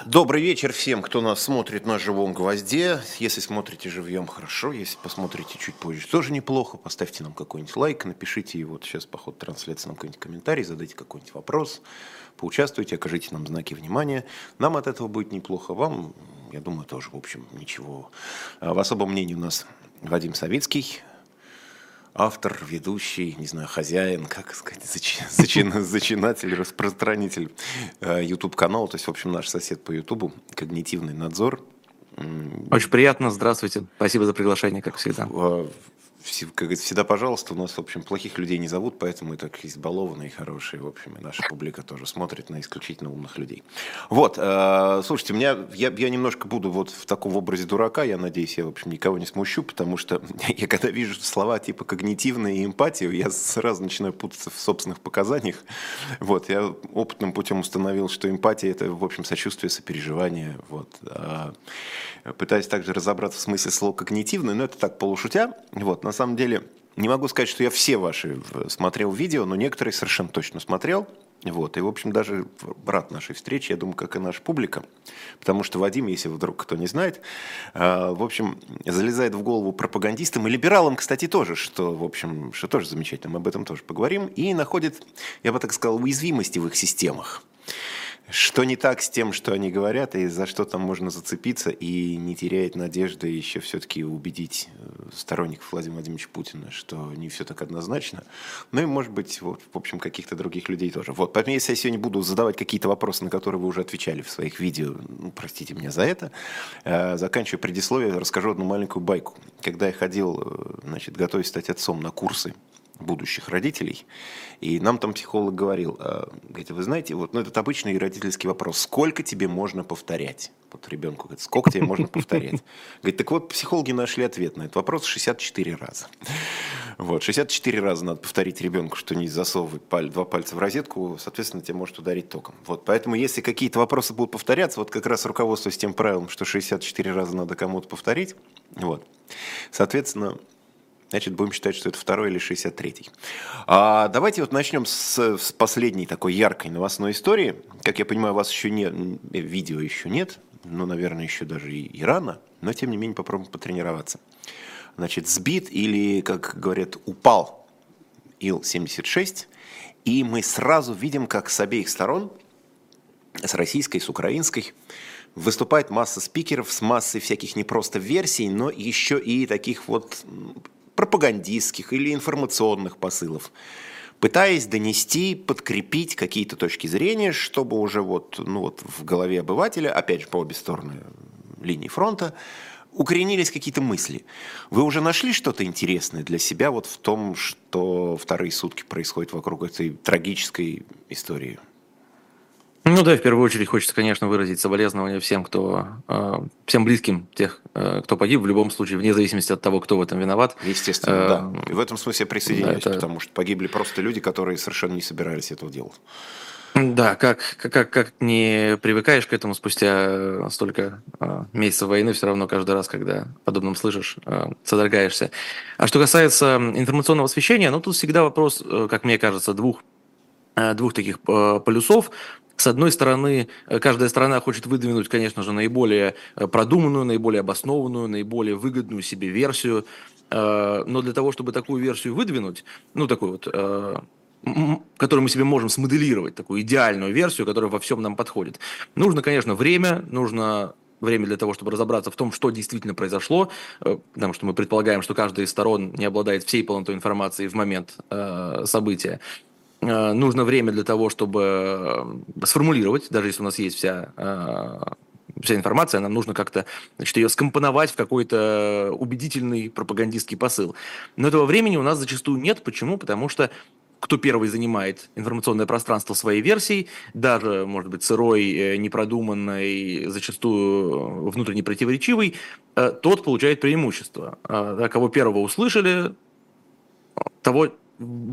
Добрый вечер всем, кто нас смотрит на живом гвозде. Если смотрите живьем, хорошо. Если посмотрите чуть позже, тоже неплохо. Поставьте нам какой-нибудь лайк, напишите и вот сейчас по ходу трансляции нам какой-нибудь комментарий, задайте какой-нибудь вопрос, поучаствуйте, окажите нам знаки внимания. Нам от этого будет неплохо. Вам, я думаю, тоже, в общем, ничего. В особом мнении у нас Вадим Савицкий. Автор, ведущий, не знаю, хозяин, как сказать, зачинатель, распространитель YouTube-канала, то есть, в общем, наш сосед по YouTube, когнитивный надзор. Очень приятно, здравствуйте, спасибо за приглашение, как всегда. Как говорится, всегда пожалуйста, у нас, в общем, плохих людей не зовут, поэтому мы так избалованные и хорошие, в общем, и наша публика тоже смотрит на исключительно умных людей. Вот, слушайте, я немножко буду вот в таком образе дурака, я надеюсь, я, в общем, никого не смущу, потому что я когда вижу слова типа когнитивная и эмпатия, я сразу начинаю путаться в собственных показаниях. Вот, я опытным путем установил, что эмпатия – это, в общем, сочувствие, сопереживание, вот. Пытаюсь также разобраться в смысле слова когнитивный, но это так, полушутя, вот. На самом деле, не могу сказать, что я все ваши смотрел видео, но некоторые совершенно точно смотрел. Вот. И, в общем, даже рад нашей встрече, я думаю, как и наша публика. Потому что Вадим, если вдруг кто не знает, в общем, залезает в голову пропагандистам и либералам, кстати, тоже, что, в общем, что тоже замечательно, мы об этом тоже поговорим. И находит, я бы так сказал, уязвимости в их системах. Что не так с тем, что они говорят, и за что там можно зацепиться, и не теряет надежды еще все-таки убедить сторонников Владимира Владимировича Путина, что не все так однозначно. Ну и, может быть, вот, в общем, каких-то других людей тоже. Вот, поэтому если я сегодня буду задавать какие-то вопросы, на которые вы уже отвечали в своих видео, ну, простите меня за это, заканчивая предисловие, расскажу одну маленькую байку. Когда я ходил, значит, готовясь стать отцом на курсы будущих родителей, и нам там психолог говорил, говорит, вы знаете, вот, ну, этот обычный родительский вопрос, сколько тебе можно повторять? Вот ребенку говорит, сколько тебе можно повторять? Говорит, так вот, психологи нашли ответ на этот вопрос 64 раза. Вот, 64 раза надо повторить ребенку, что не засовывать два пальца в розетку, соответственно, тебя может ударить током. Вот, поэтому, если какие-то вопросы будут повторяться, вот как раз руководствуясь тем правилом, что 64 раза надо кому-то повторить, вот, соответственно, значит, будем считать, что это второй или 63-й. Давайте вот начнем с последней такой яркой новостной истории. Как я понимаю, у вас еще нет, видео еще нет, ну, наверное, еще даже и рано, но, тем не менее, попробуем потренироваться. Значит, сбит или, как говорят, упал Ил-76, и мы сразу видим, как с обеих сторон, с российской, с украинской, выступает масса спикеров с массой всяких не просто версий, но еще и таких вот пропагандистских или информационных посылов, пытаясь донести, подкрепить какие-то точки зрения, чтобы уже вот, ну вот в голове обывателя, опять же по обе стороны линии фронта, укоренились какие-то мысли. Вы уже нашли что-то интересное для себя вот в том, что вторые сутки происходит вокруг этой трагической истории? Ну да, в первую очередь хочется, конечно, выразить соболезнования всем, всем близким тех, кто погиб, в любом случае, вне зависимости от того, кто в этом виноват. Естественно, да. И в этом смысле я присоединяюсь, Да, потому что погибли просто люди, которые совершенно не собирались этого делать. Да, как не привыкаешь к этому спустя столько месяцев войны, все равно каждый раз, когда о подобном слышишь, содрогаешься. А что касается информационного освещения, ну тут всегда вопрос, как мне кажется, двух таких полюсов. С одной стороны, каждая сторона хочет выдвинуть, конечно же, наиболее продуманную, наиболее обоснованную, наиболее выгодную себе версию. Но для того, чтобы такую версию выдвинуть, ну, такую вот, которую мы себе можем смоделировать, такую идеальную версию, которая во всем нам подходит, нужно, конечно, нужно время для того, чтобы разобраться в том, что действительно произошло, потому что мы предполагаем, что каждая из сторон не обладает всей полнотой информации в момент события. Нужно время для того, чтобы сформулировать, даже если у нас есть вся информация, нам нужно как-то, значит, ее скомпоновать в какой-то убедительный пропагандистский посыл. Но этого времени у нас зачастую нет. Почему? Потому что кто первый занимает информационное пространство своей версией, даже, может быть, сырой, непродуманной, зачастую внутренне противоречивый, тот получает преимущество. Кого первого услышали, того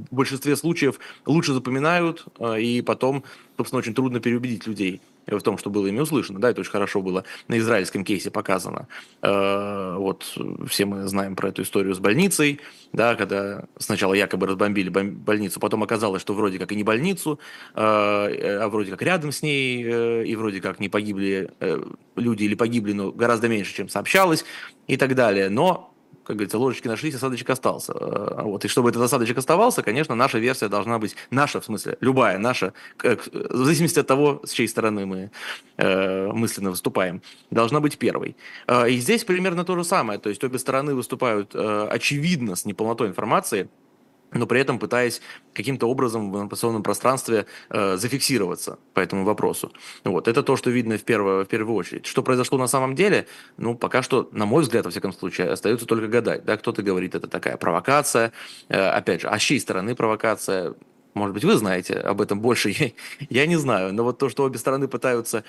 в большинстве случаев лучше запоминают, и потом, собственно, очень трудно переубедить людей в том, что было ими услышано. Да, это очень хорошо было на израильском кейсе показано. Вот все мы знаем про эту историю с больницей, да, когда сначала якобы разбомбили больницу, потом оказалось, что вроде как и не больницу, а вроде как рядом с ней, и вроде как не погибли люди или погибли, но гораздо меньше, чем сообщалось, и так далее. Но, как говорится, ложечки нашлись, осадочек остался. Вот. И чтобы этот осадочек оставался, конечно, наша версия должна быть, наша, в смысле, любая наша, в зависимости от того, с чьей стороны мы мысленно выступаем, должна быть первой. И здесь примерно то же самое. То есть обе стороны выступают, очевидно, с неполнотой информации, но при этом пытаясь каким-то образом в информационном пространстве зафиксироваться по этому вопросу. Вот. Это то, что видно в первую очередь. Что произошло на самом деле, ну, пока что, на мой взгляд, во всяком случае, остается только гадать. Да? Кто-то говорит, это такая провокация. Опять же, а с чьей стороны провокация? Может быть, вы знаете об этом больше, я не знаю. Но вот то, что обе стороны пытаются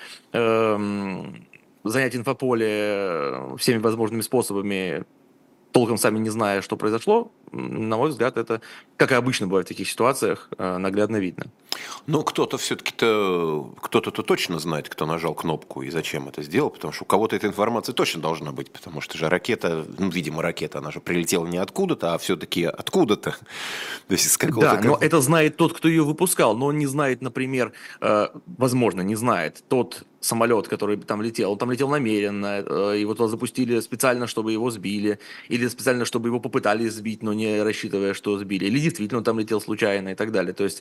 занять инфополе всеми возможными способами, толком сами не зная, что произошло, на мой взгляд, это, как и обычно бывает в таких ситуациях, наглядно видно. Но кто-то все-таки-то, кто-то точно знает, кто нажал кнопку и зачем это сделал, потому что у кого-то эта информация точно должна быть, потому что же ракета, ну, видимо, ракета, она же прилетела не откуда-то, а все-таки откуда-то. То есть из какого-то... Да, но это знает тот, кто ее выпускал, но он не знает, например, возможно, не знает тот самолет, который там летел, он там летел намеренно, его туда запустили специально, чтобы его сбили, или специально, чтобы его попытались сбить, но не рассчитывая, что сбили, или действительно он там летел случайно и так далее. То есть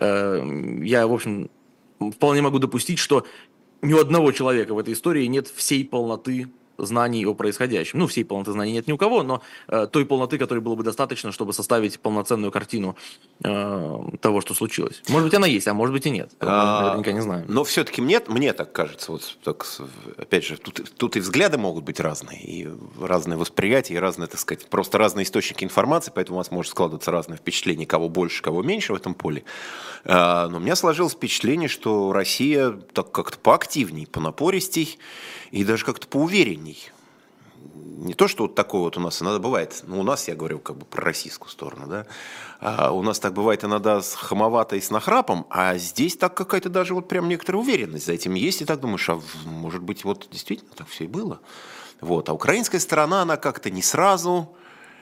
я, в общем, вполне могу допустить, что ни у одного человека в этой истории нет всей полноты знаний о происходящем. Ну, всей полноты знаний нет ни у кого, но той полноты, которой было бы достаточно, чтобы составить полноценную картину того, что случилось. Может быть, она есть, а может быть и нет. Мы наверняка не знаем. Но все-таки мне так кажется, вот так, опять же, тут и взгляды могут быть разные, и разные восприятия, и разные, так сказать, просто разные источники информации, поэтому у вас может складываться разное впечатление, кого больше, кого меньше в этом поле. Но у меня сложилось впечатление, что Россия так как-то поактивней, понапористей и даже как-то поуверенней. Не то, что вот такое вот у нас иногда бывает, ну, у нас, я говорю, как бы про российскую сторону, да, а у нас так бывает иногда с хамовато и с нахрапом, а здесь так какая-то даже вот прям некоторая уверенность за этим есть, и так думаешь, а может быть, вот действительно так все и было. Вот, а украинская сторона, она как-то не сразу,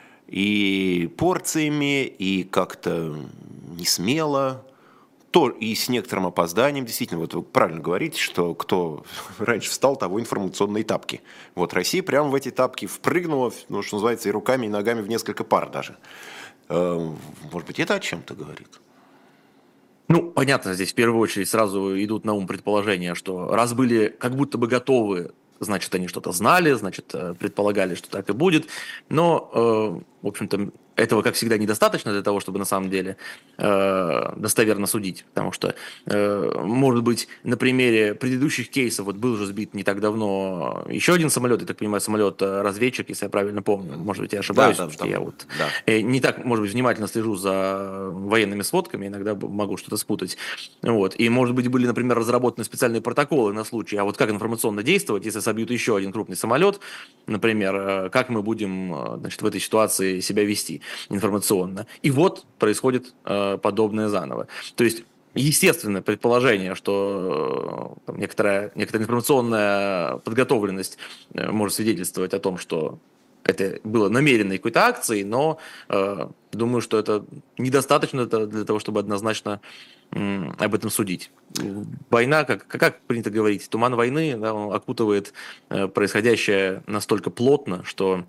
и порциями, и как-то не смело, то и с некоторым опозданием, действительно, вот вы правильно говорите, что кто раньше встал, того информационные тапки. Вот Россия прямо в эти тапки впрыгнула, ну, что называется, и руками, и ногами в несколько пар даже. Может быть, это о чем-то говорит? Ну, понятно, здесь в первую очередь сразу идут на ум предположения, что раз были как будто бы готовы, значит, они что-то знали, значит, предполагали, что так и будет. Но, в общем-то, этого, как всегда, недостаточно для того, чтобы на самом деле достоверно судить. Потому что, может быть, на примере предыдущих кейсов, вот был же сбит не так давно еще один самолет, я так понимаю, самолет-разведчик, если я правильно помню. Может быть, я ошибаюсь, Да, я вот не так, может быть, внимательно слежу за военными сводками, иногда могу что-то спутать. Вот. И, может быть, были, например, разработаны специальные протоколы на случай, а вот как информационно действовать, если собьют еще один крупный самолет, например, как мы будем, значит, в этой ситуации себя вести информационно. И вот происходит подобное заново. То есть естественное предположение, что некоторая информационная подготовленность может свидетельствовать о том, что это было намеренной какой-то акцией, но думаю, что это недостаточно для того, чтобы однозначно об этом судить. Война, как принято говорить, туман войны, да, он окутывает происходящее настолько плотно, что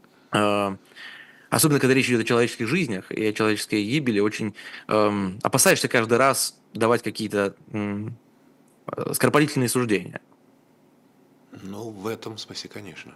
особенно когда речь идет о человеческих жизнях и о человеческой гибели, очень опасаешься каждый раз давать какие-то скоропалительные суждения. Ну, в этом смысле, конечно.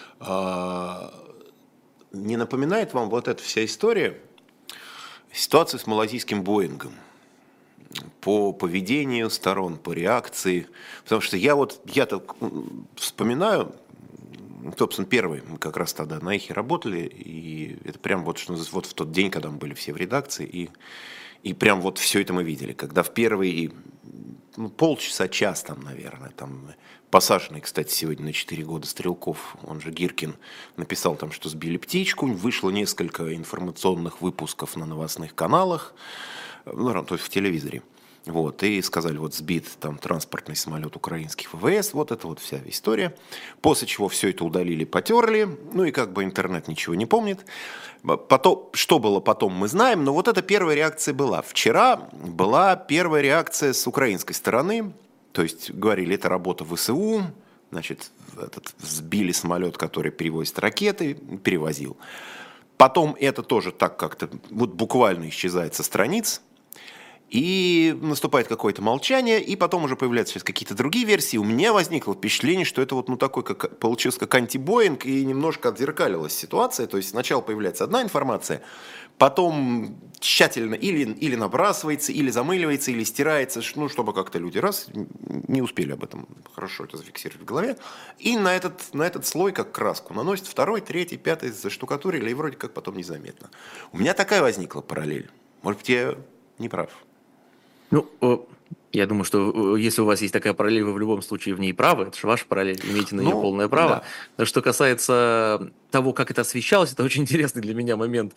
Не напоминает вам вот эта вся история ситуацию с малазийским Боингом? По поведению сторон, по реакции. Потому что я-то вспоминаю, собственно, первый, мы как раз тогда на Эхе работали, и это прям вот в тот день, когда мы были все в редакции, и прям вот все это мы видели. Когда в первый полчаса, час там, наверное. Там посаженный, кстати, сегодня на 4 года Стрелков, он же Гиркин, написал там, что сбили птичку. Вышло несколько информационных выпусков на новостных каналах, ну, то есть в телевизоре. Вот, и сказали, вот сбит там транспортный самолет украинских ВВС, вот это вот вся история. После чего все это удалили, потерли, ну и как бы интернет ничего не помнит. Потом, что было потом, мы знаем, но вот эта первая реакция была. Вчера была первая реакция с украинской стороны, то есть говорили, это работа ВСУ, значит, сбили самолет, который перевозит ракеты, перевозил. Потом это тоже так как-то вот буквально исчезает со страниц. И наступает какое-то молчание, и потом уже появляются сейчас какие-то другие версии. У меня возникло впечатление, что это вот такой, как получился как антибоинг, и немножко отзеркалилась ситуация. То есть сначала появляется одна информация, потом тщательно или набрасывается, или замыливается, или стирается, ну, чтобы как-то люди не успели об этом хорошо это зафиксировать в голове. И на этот слой, как краску, наносит второй, третий, пятый, заштукатурили, и вроде как потом незаметно. У меня такая возникла параллель. Может быть, я не прав. Ну, я думаю, что если у вас есть такая параллель, вы в любом случае в ней правы. Это же ваша параллель, имеете на нее полное право. Да. Что касается того, как это освещалось, это очень интересный для меня момент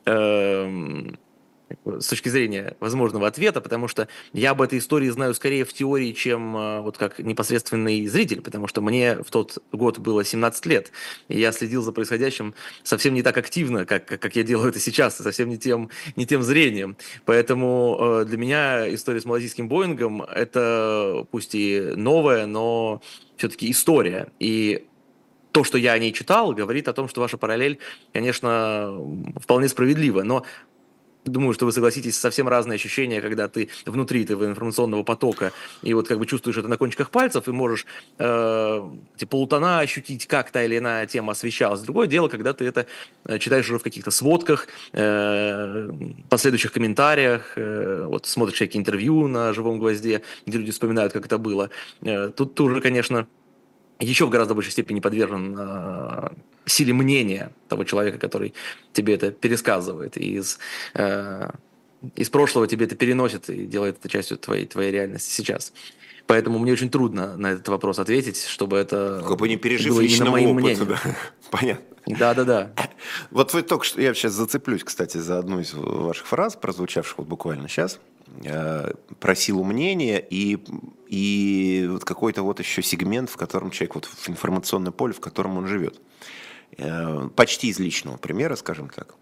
с точки зрения возможного ответа, потому что я об этой истории знаю скорее в теории, чем вот как непосредственный зритель, потому что мне в тот год было 17 лет, и я следил за происходящим совсем не так активно, как я делаю это сейчас, и совсем не тем зрением. Поэтому для меня история с малазийским Боингом – это пусть и новая, но все-таки история. И то, что я о ней читал, говорит о том, что ваша параллель, конечно, вполне справедлива, но думаю, что вы согласитесь, совсем разные ощущения, когда ты внутри этого информационного потока и вот как бы чувствуешь это на кончиках пальцев и можешь полутона ощутить, как та или иная тема освещалась. Другое дело, когда ты это читаешь уже в каких-то сводках, последующих комментариях, вот смотришь всякие интервью на «Живом гвозде», где люди вспоминают, как это было. Тут ты уже, конечно, еще в гораздо большей степени подвержен силе мнения того человека, который тебе это пересказывает. И из прошлого тебе это переносит и делает это частью твоей реальности сейчас. Поэтому мне очень трудно на этот вопрос ответить, чтобы это как бы не пережив было личного моим опыта, мнением. да. Понятно. Да. Вот вы только что, я сейчас зацеплюсь, кстати, за одну из ваших фраз, прозвучавших вот буквально сейчас, про силу мнения и вот какой-то вот еще сегмент, в котором человек, вот в информационное поле, в котором он живет. Почти из личного примера, скажем так.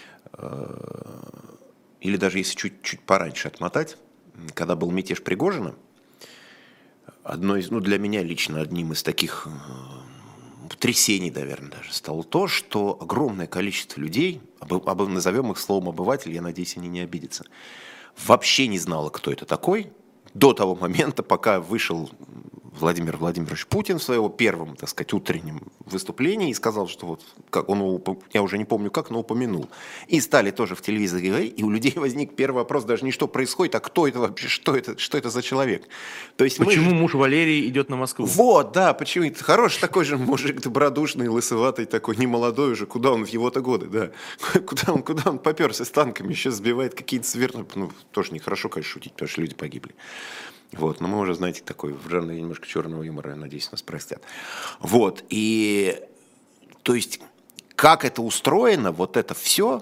Или даже если чуть пораньше отмотать, когда был мятеж Пригожина, для меня лично одним из таких потрясений, наверное, даже стало то, что огромное количество людей, назовем их словом обыватель, я надеюсь, они не обидятся, вообще не знало, кто это такой, до того момента, пока вышел Владимир Владимирович Путин в своем первом, так сказать, утреннем выступлении и сказал, что вот, как он, я уже не помню как, но упомянул. И стали тоже в телевизоре говорить, и у людей возник первый вопрос даже не что происходит, а кто это вообще, что это за человек. То есть почему муж Валерий идет на Москву? Вот, да, почему это хороший такой же мужик, добродушный, лысоватый такой, немолодой уже, куда он в его-то годы, да. Куда он поперся с танками, еще сбивает какие-то сверху, тоже нехорошо, конечно, шутить, потому что люди погибли. Вот, но мы уже, знаете, такой в жанре немножко черного юмора, я надеюсь, нас простят. Вот, и то есть, как это устроено, вот это все,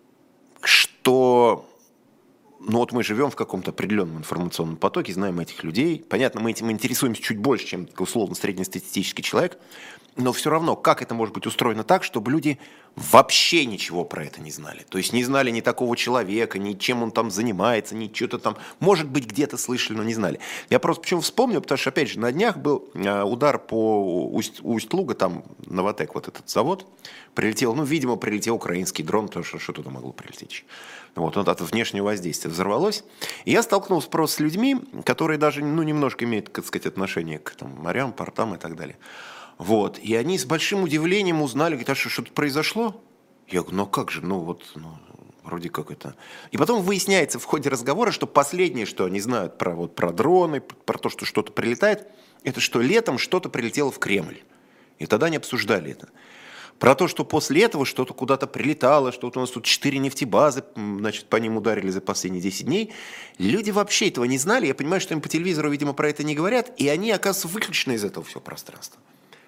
что, вот мы живем в каком-то определенном информационном потоке, знаем этих людей, понятно, мы этим интересуемся чуть больше, чем условно среднестатистический человек, но все равно, как это может быть устроено так, чтобы люди вообще ничего про это не знали. То есть не знали ни такого человека, ни чем он там занимается, ни что-то там. Может быть, где-то слышали, но не знали. Я просто почему вспомнил, потому что, опять же, на днях был удар по Усть-Луга, там Новотек, вот этот завод, прилетел, видимо, прилетел украинский дрон, потому что туда могло прилететь. Вот от внешнего воздействия взорвалось. И я столкнулся просто с людьми, которые даже, немножко имеют, так сказать, отношение к морям, портам и так далее. Вот. И они с большим удивлением узнали, говорят, а что-то произошло? Я говорю, как же, вроде как это. И потом выясняется в ходе разговора, что последнее, что они знают про дроны, про то, что что-то прилетает, это что летом что-то прилетело в Кремль. И тогда они обсуждали это. Про то, что после этого что-то куда-то прилетало, что вот у нас тут 4 нефтебазы, значит, по ним ударили за последние 10 дней. Люди вообще этого не знали. Я понимаю, что им по телевизору, видимо, про это не говорят, и они, оказывается, выключены из этого всего пространства.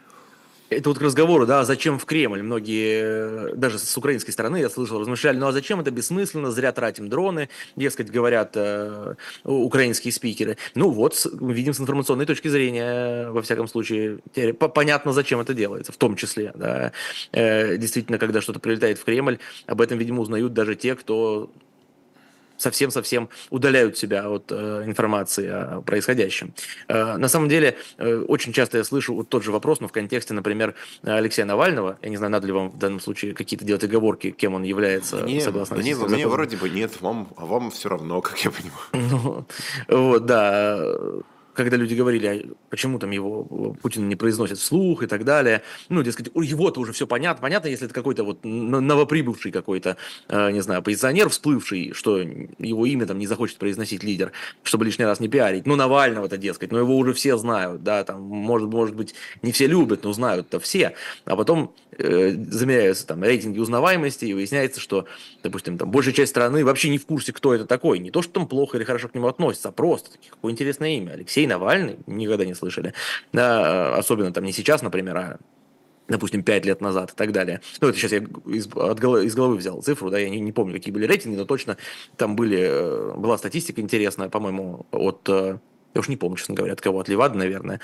Это вот к разговору, да, зачем в Кремль? Многие, даже с украинской стороны, я слышал, размышляли, ну а зачем это бессмысленно, зря тратим дроны, дескать, говорят украинские спикеры. Ну вот, видим с информационной точки зрения, во всяком случае, понятно, зачем это делается, в том числе, да. Действительно, когда что-то прилетает в Кремль, об этом, видимо, узнают даже те, кто совсем-совсем удаляют себя от информации о происходящем. На самом деле, очень часто я слышу вот тот же вопрос, но в контексте, например, Алексея Навального. Я не знаю, надо ли вам в данном случае какие-то делать оговорки, кем он является, согласно российскому мне закону. вроде бы нет, вам все равно, как я понимаю. Ну, вот, да. Когда люди говорили, а почему там его Путин не произносит вслух и так далее, ну, дескать, его-то уже все понятно. Понятно, если это какой-то вот новоприбывший какой-то, не знаю, оппозиционер всплывший, что его имя там не захочет произносить лидер, чтобы лишний раз не пиарить. Ну, Навального-то, дескать, но его уже все знают, да, там, может быть, не все любят, но знают-то все. А потом замеряются там рейтинги узнаваемости, и выясняется, что, допустим, там большая часть страны вообще не в курсе, кто это такой. Не то, что там плохо или хорошо к нему относятся, а просто какое интересное имя. Алексей Навальный, никогда не слышали. Да, особенно там не сейчас, например, а допустим, 5 лет назад и так далее. Ну, это сейчас я из головы взял цифру, да, я не помню, какие были рейтинги, но точно там была статистика интересная, по-моему, я уж не помню, честно говоря, от кого, от Левада, наверное,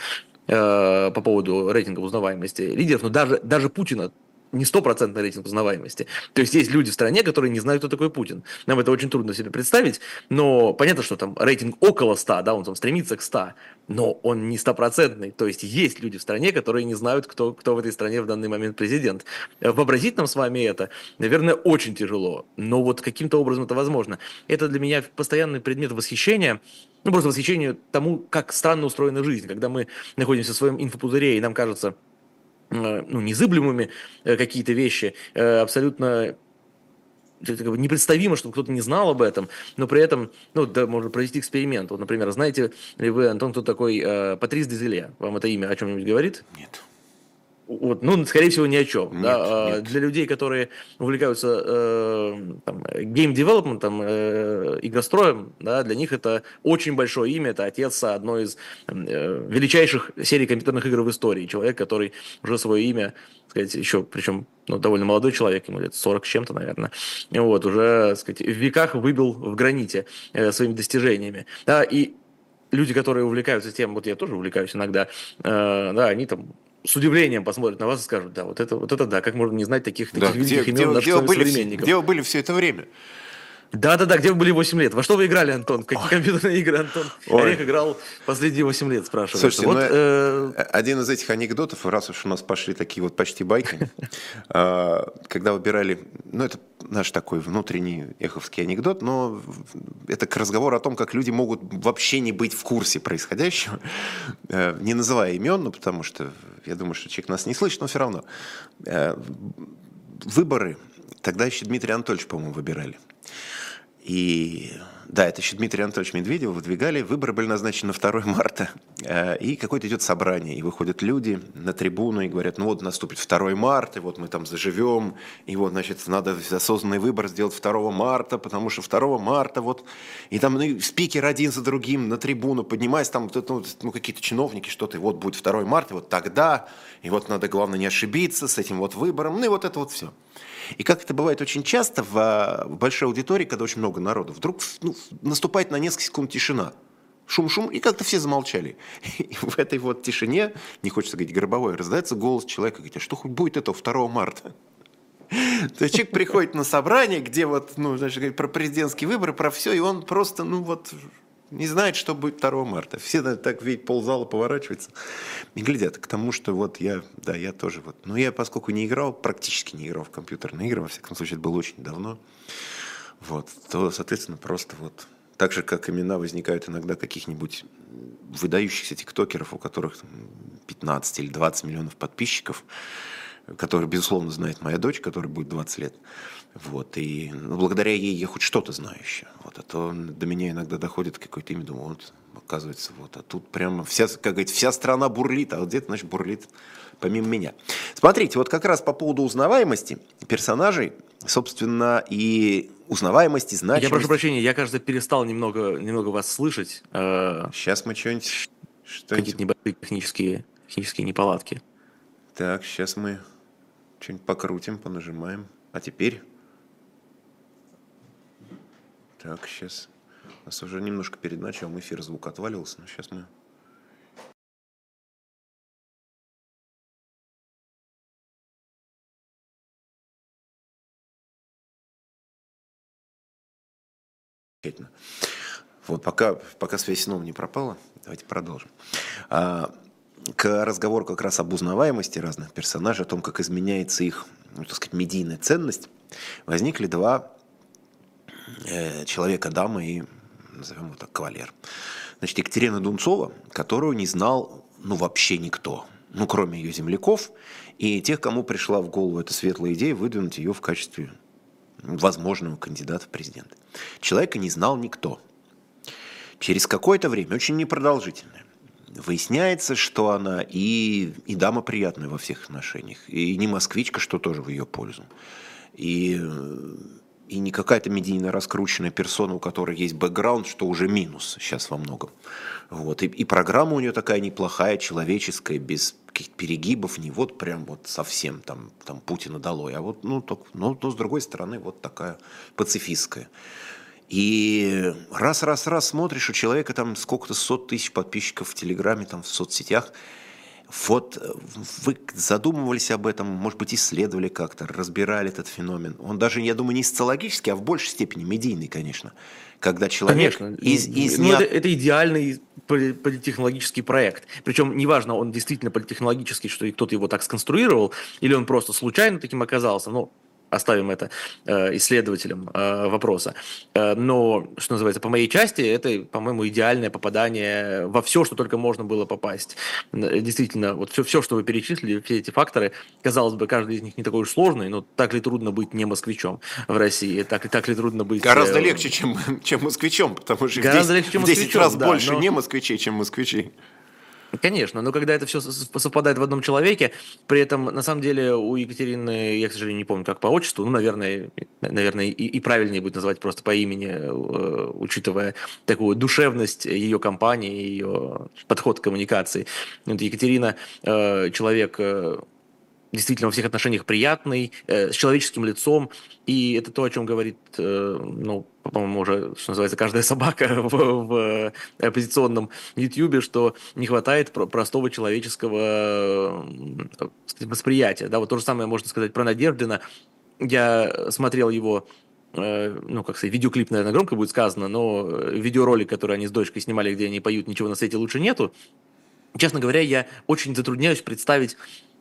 по поводу рейтинга узнаваемости лидеров, но даже Путина не стопроцентный рейтинг узнаваемости. То есть есть люди в стране, которые не знают, кто такой Путин. Нам это очень трудно себе представить, но понятно, что там рейтинг около 100, да, он там стремится к 100, но он не стопроцентный. То есть люди в стране, которые не знают, кто в этой стране в данный момент президент. Вообразить нам с вами это, наверное, очень тяжело, но вот каким-то образом это возможно. Это для меня постоянный предмет восхищения, ну, просто восхищение тому, как странно устроена жизнь, когда мы находимся в своем инфопузыре, и нам кажется, ну, незыблемыми какие-то вещи, абсолютно непредставимо, чтобы кто-то не знал об этом, но при этом, ну, да, можно провести эксперимент. Вот, например, знаете ли вы, Антон, кто такой Патрис Дезеле? Вам это имя о чем-нибудь говорит? Нет. Вот, ну, скорее всего, ни о чем. Нет, Да? нет. Для людей, которые увлекаются гейм-девелопментом, игростроем, да, для них это очень большое имя, это отец одной из величайших серий компьютерных игр в истории. Человек, который уже свое имя, сказать, еще, причем довольно молодой человек, ему лет 40 с чем-то, наверное, вот, уже, сказать, в веках выбил в граните своими достижениями. Да, и люди, которые увлекаются тем, вот я тоже увлекаюсь иногда, да, они там с удивлением посмотрят на вас и скажут, да, вот это да, как можно не знать таких великих имен наших современников. Где вы были все это время? Да, где вы были 8 лет? Во что вы играли, Антон? В какие компьютерные игры, Антон? Ой. Олег играл последние 8 лет, спрашивает. Слушайте, вот, один из этих анекдотов, раз уж у нас пошли такие вот почти байки, когда выбирали, ну, это наш такой внутренний эховский анекдот, но это к разговору о том, как люди могут вообще не быть в курсе происходящего, не называя имен, ну, потому что я думаю, что человек нас не слышит, но все равно. Выборы тогда еще Дмитрия Анатольевича, по-моему, выбирали. И да, это еще Дмитрия Анатольевича Медведева выдвигали. Выборы были назначены на 2 марта. И какое-то идет собрание. И выходят люди на трибуну и говорят, ну вот наступит 2 марта, и вот мы там заживем. И вот, значит, надо осознанный выбор сделать 2 марта, потому что 2 марта вот... И там спикер один за другим на трибуну поднимаясь, там ну, какие-то чиновники, что-то, и вот будет 2 марта, и вот тогда, и вот надо, главное, не ошибиться с этим вот выбором. Ну и вот это вот все. И как это бывает очень часто в большой аудитории, когда очень много народу, вдруг наступает на несколько секунд тишина. Шум-шум, и как-то все замолчали. И в этой вот тишине, не хочется говорить гробовой, раздается голос человека, говорит, а что хоть будет этого 2 марта? То есть человек приходит на собрание, где вот, ну, значит, говорит про президентские выборы, про все, и он просто, ну вот... не знает, что будет 2 марта. Все так, видят, ползала поворачивается и глядят к тому, что вот я тоже вот... Ну, я, поскольку не играл, практически не играл в компьютерные игры, во всяком случае, это было очень давно, вот, то, соответственно, просто вот... Так же, как имена возникают иногда каких-нибудь выдающихся тиктокеров, у которых 15 или 20 миллионов подписчиков, который, безусловно, знает моя дочь, которой будет 20 лет. Вот, и благодаря ей я хоть что-то знаю еще. Вот, а то до меня иногда доходит какое-то имя, думаю, вот, оказывается, вот, а тут прямо вся, как говорится, вся страна бурлит, а вот где-то, значит, бурлит помимо меня. Смотрите, вот как раз по поводу узнаваемости персонажей, собственно, и узнаваемости, значимости. Я прошу прощения, я, кажется, перестал немного вас слышать. Сейчас мы что-нибудь... Какие-то небольшие технические неполадки. Так, сейчас мы что-нибудь покрутим, понажимаем. А теперь... Так, сейчас. У нас уже немножко перед началом эфира звук отваливался, но сейчас мы... Вот, пока связь снова не пропала, давайте продолжим. К разговору как раз об узнаваемости разных персонажей, о том, как изменяется их, ну, так сказать, медийная ценность, возникли два человека, дама и, назовем его так, кавалер. Значит, Екатерина Дунцова, которую не знал, ну, вообще никто, ну, кроме ее земляков и тех, кому пришла в голову эта светлая идея выдвинуть ее в качестве возможного кандидата в президенты. Человека не знал никто. Через какое-то время, очень непродолжительное, выясняется, что она и дама приятная во всех отношениях, и не москвичка, что тоже в ее пользу, и не какая-то медийно раскрученная персона, у которой есть бэкграунд, что уже минус сейчас во многом. Вот. И программа у нее такая неплохая, человеческая, без каких-то перегибов, не вот прям вот совсем там Путина долой, а вот, ну, но с другой стороны, вот такая пацифистская. И раз смотришь, у человека там сколько-то 100 тысяч подписчиков в Телеграме, там в соцсетях. Вот вы задумывались об этом, может быть, исследовали как-то, разбирали этот феномен. Он даже, я думаю, не социологический, а в большей степени медийный, конечно. Когда человек это идеальный политтехнологический проект. Причем неважно, он действительно политтехнологический, что кто-то его так сконструировал, или он просто случайно таким оказался. Ну, оставим это исследователям вопроса. Но, что называется, по моей части, это, по-моему, идеальное попадание во все, что только можно было попасть. Действительно, вот все, что вы перечислили, все эти факторы, казалось бы, каждый из них не такой уж сложный, но так ли трудно быть не москвичом в России? Так ли трудно быть... Гораздо легче, чем москвичом, потому что в 10 раз больше не москвичей, чем москвичей. Конечно, но когда это все совпадает в одном человеке, при этом, на самом деле, у Екатерины, я, к сожалению, не помню, как по отчеству, ну, наверное, и правильнее будет назвать просто по имени, учитывая такую душевность ее компании, ее подход к коммуникации. Вот Екатерина человек действительно во всех отношениях приятный, с человеческим лицом, и это то, о чем говорит, ну, по-моему, уже, что называется, каждая собака в оппозиционном Ютьюбе, что не хватает простого человеческого восприятия. Да, вот то же самое можно сказать про Надеждина. Я смотрел его, ну, как сказать, видеоклип, наверное, громко будет сказано, но видеоролик, который они с дочкой снимали, где они поют «Ничего на свете лучше нету», честно говоря, я очень затрудняюсь представить...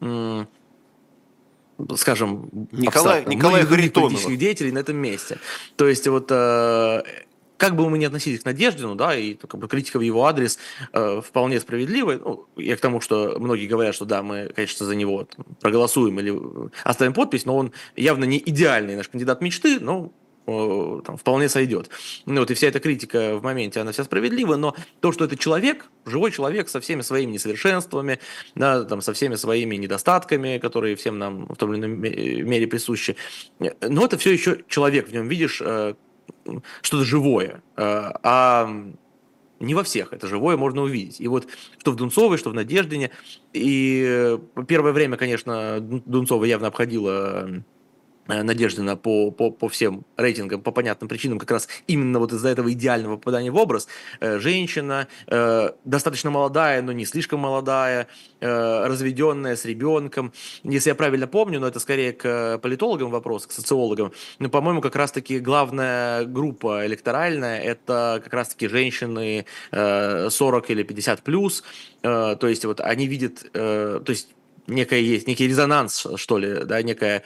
скажем, Николая Харитонова, политических деятелей на этом месте. То есть вот как бы мы ни относились к Надеждину, да, и как бы критика в его адрес вполне справедливая. Ну, я к тому, что многие говорят, что да, мы, конечно, за него проголосуем или оставим подпись, но он явно не идеальный наш кандидат мечты, но там, вполне сойдет. Ну, вот, и вся эта критика в моменте, она вся справедлива, но то, что это человек, живой человек со всеми своими несовершенствами, да, там, со всеми своими недостатками, которые всем нам в том или ином мере присущи, но это все еще человек, в нем видишь что-то живое, а не во всех это живое можно увидеть. И вот что в Дунцовой, что в Надеждине, и первое время, конечно, Дунцова явно обходила Надеждина по всем рейтингам, по понятным причинам, как раз именно вот из-за этого идеального попадания в образ. Женщина, достаточно молодая, но не слишком молодая, разведенная, с ребенком. Если я правильно помню, но это скорее к политологам вопрос, к социологам, но, по-моему, как раз-таки главная группа электоральная – это как раз-таки женщины 40 или 50 плюс. То есть вот они видят, то есть некий резонанс, что ли, да, некая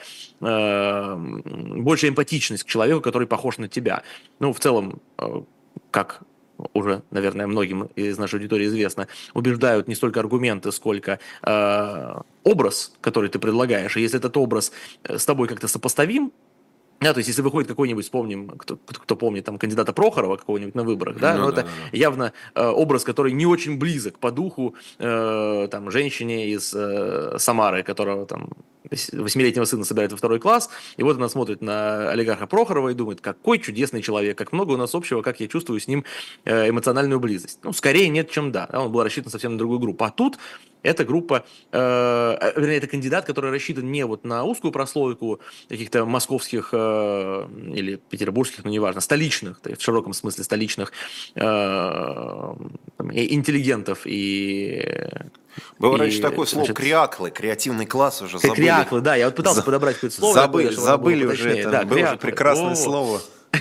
большая эмпатичность к человеку, который похож на тебя. Ну, в целом, как уже, наверное, многим из нашей аудитории известно, убеждают не столько аргументы, сколько образ, который ты предлагаешь. И если этот образ с тобой как-то сопоставим, да, то есть, если выходит какой-нибудь, вспомним, кто помнит там кандидата Прохорова какого-нибудь на выборах, да, Ну но да, это да, да. явно образ, который не очень близок по духу там женщине из Самары, которого там 8-летнего сына собирает во 2 класс, и вот она смотрит на олигарха Прохорова и думает, какой чудесный человек, как много у нас общего, как я чувствую с ним эмоциональную близость. Ну, скорее нет, чем да. Он был рассчитан совсем на другую группу. А тут эта группа, вернее, это кандидат, который рассчитан не вот на узкую прослойку каких-то московских или петербургских, ну неважно, столичных, в широком смысле столичных интеллигентов Было раньше такое слово значит, кряклы, креативный класс уже забыли. кряклы, да, я вот пытался подобрать какое-то слово, Забыли, чтобы оно было забыли уже поточнее. это, Да, было же кряклы. прекрасное Во-во-во. слово.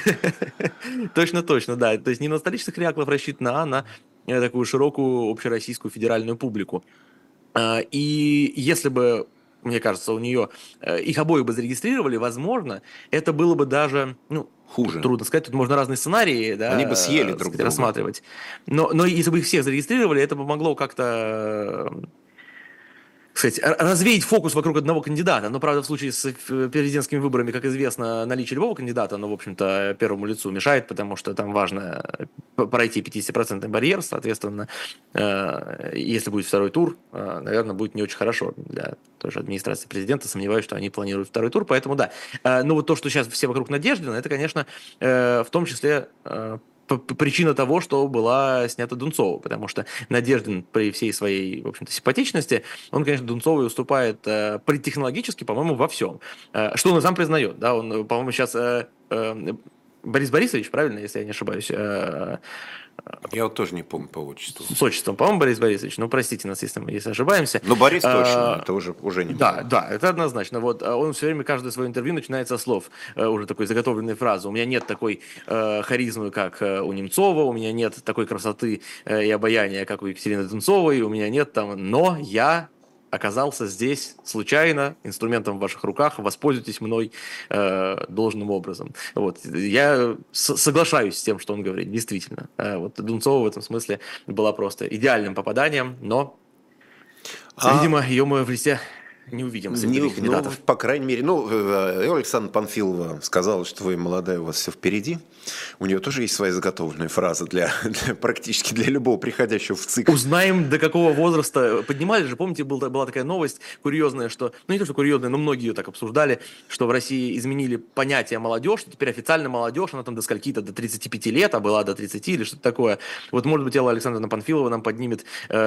Точно, да. То есть не на столичных кряклов рассчитано, а на такую широкую общероссийскую федеральную публику. И если бы, мне кажется, у нее их обоих бы зарегистрировали, возможно, это было бы даже, ну, Хуже. трудно сказать, тут можно разные сценарии, да, Они бы съели так друг сказать, друга. рассматривать. Но если бы их всех зарегистрировали, это бы могло как-то, кстати, развеять фокус вокруг одного кандидата. Но, правда, в случае с президентскими выборами, как известно, наличие любого кандидата, в общем-то, первому лицу мешает, потому что там важно пройти 50% барьер, соответственно, если будет второй тур, наверное, будет не очень хорошо для той же администрации президента. Сомневаюсь, что они планируют второй тур, поэтому да. Ну вот то, что сейчас все вокруг Надеждина, это, конечно, в том числе причина того, что была снята Дунцова, потому что Надеждин при всей своей, в общем-то, симпатичности, он, конечно, Дунцовой уступает политтехнологически, по-моему, во всем. Что он и сам признает, да, он, по-моему, сейчас Борис Борисович, правильно, если я не ошибаюсь, Я вот тоже не помню по отчеству. с отчеством, по-моему, Борис Борисович, ну, простите нас, если ошибаемся. Но Борис точно, это уже не Да, да, это однозначно. Вот он все время, каждое свое интервью начинает со слов, уже такой заготовленной фразы. У меня нет такой харизмы, как у Немцова, у меня нет такой красоты и обаяния, как у Екатерины Дунцовой, у меня нет там, но я оказался здесь случайно, инструментом в ваших руках, воспользуйтесь мной должным образом. Вот. Я соглашаюсь с тем, что он говорит, действительно. Вот Дунцова в этом смысле была просто идеальным попаданием, но, видимо, ее мы в листе не увидим среди других кандидатов. По крайней мере, Александра Панфилова сказала, что вы молодая, у вас все впереди. У нее тоже есть своя заготовленная фраза практически для любого приходящего в ЦИК. Узнаем, до какого возраста. Поднимали же, помните, была такая новость курьезная, что, ну не то, что курьезная, но многие ее так обсуждали, что в России изменили понятие молодежь, что теперь официально молодежь, она там до скольки-то, до 35 лет, а была до 30 или что-то такое. Вот, может быть, Алла Александровна Панфилова нам поднимет,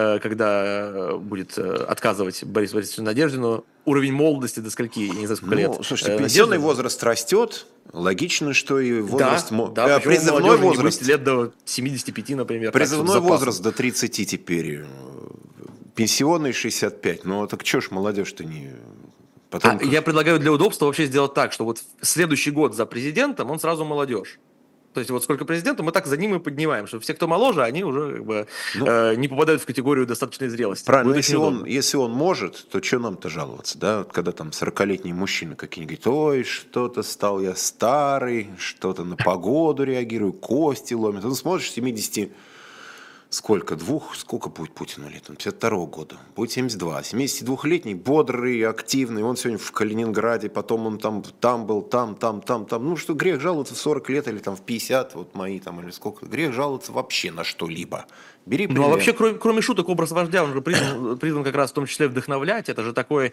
когда будет отказывать Борису Борисовичу Надеждину, уровень молодости до скольки, я не знаю, сколько лет. Слушайте, пенсионный возраст растет, логично, что и возраст... Да, призывной возраст... лет до 75, например. Призывной возраст до 30 теперь. Пенсионный 65. Ну, так что ж молодежь-то не... Потом... Я предлагаю для удобства вообще сделать так, что вот следующий год за президентом, он сразу молодежь. То есть вот сколько президентов, мы так за ним и поднимаем, что все, кто моложе, они уже как бы, не попадают в категорию достаточной зрелости. Правильно, если он может, то что нам-то жаловаться, да? Вот когда там 40-летние мужчины какие-нибудь говорят, ой, что-то стал я старый, что-то на погоду реагирую, кости ломят. Ты смотришь 70... Сколько будет Путину лет? 52-го года. Будет 72. 72-летний, бодрый, активный. Он сегодня в Калининграде, потом он там был, там. Ну что, грех жаловаться в 40 лет или там в 50, вот мои там, или сколько. Грех жаловаться вообще на что-либо. Бери пример. Ну, а вообще, кроме шуток, образ вождя, он же призван как раз в том числе вдохновлять. Это же такой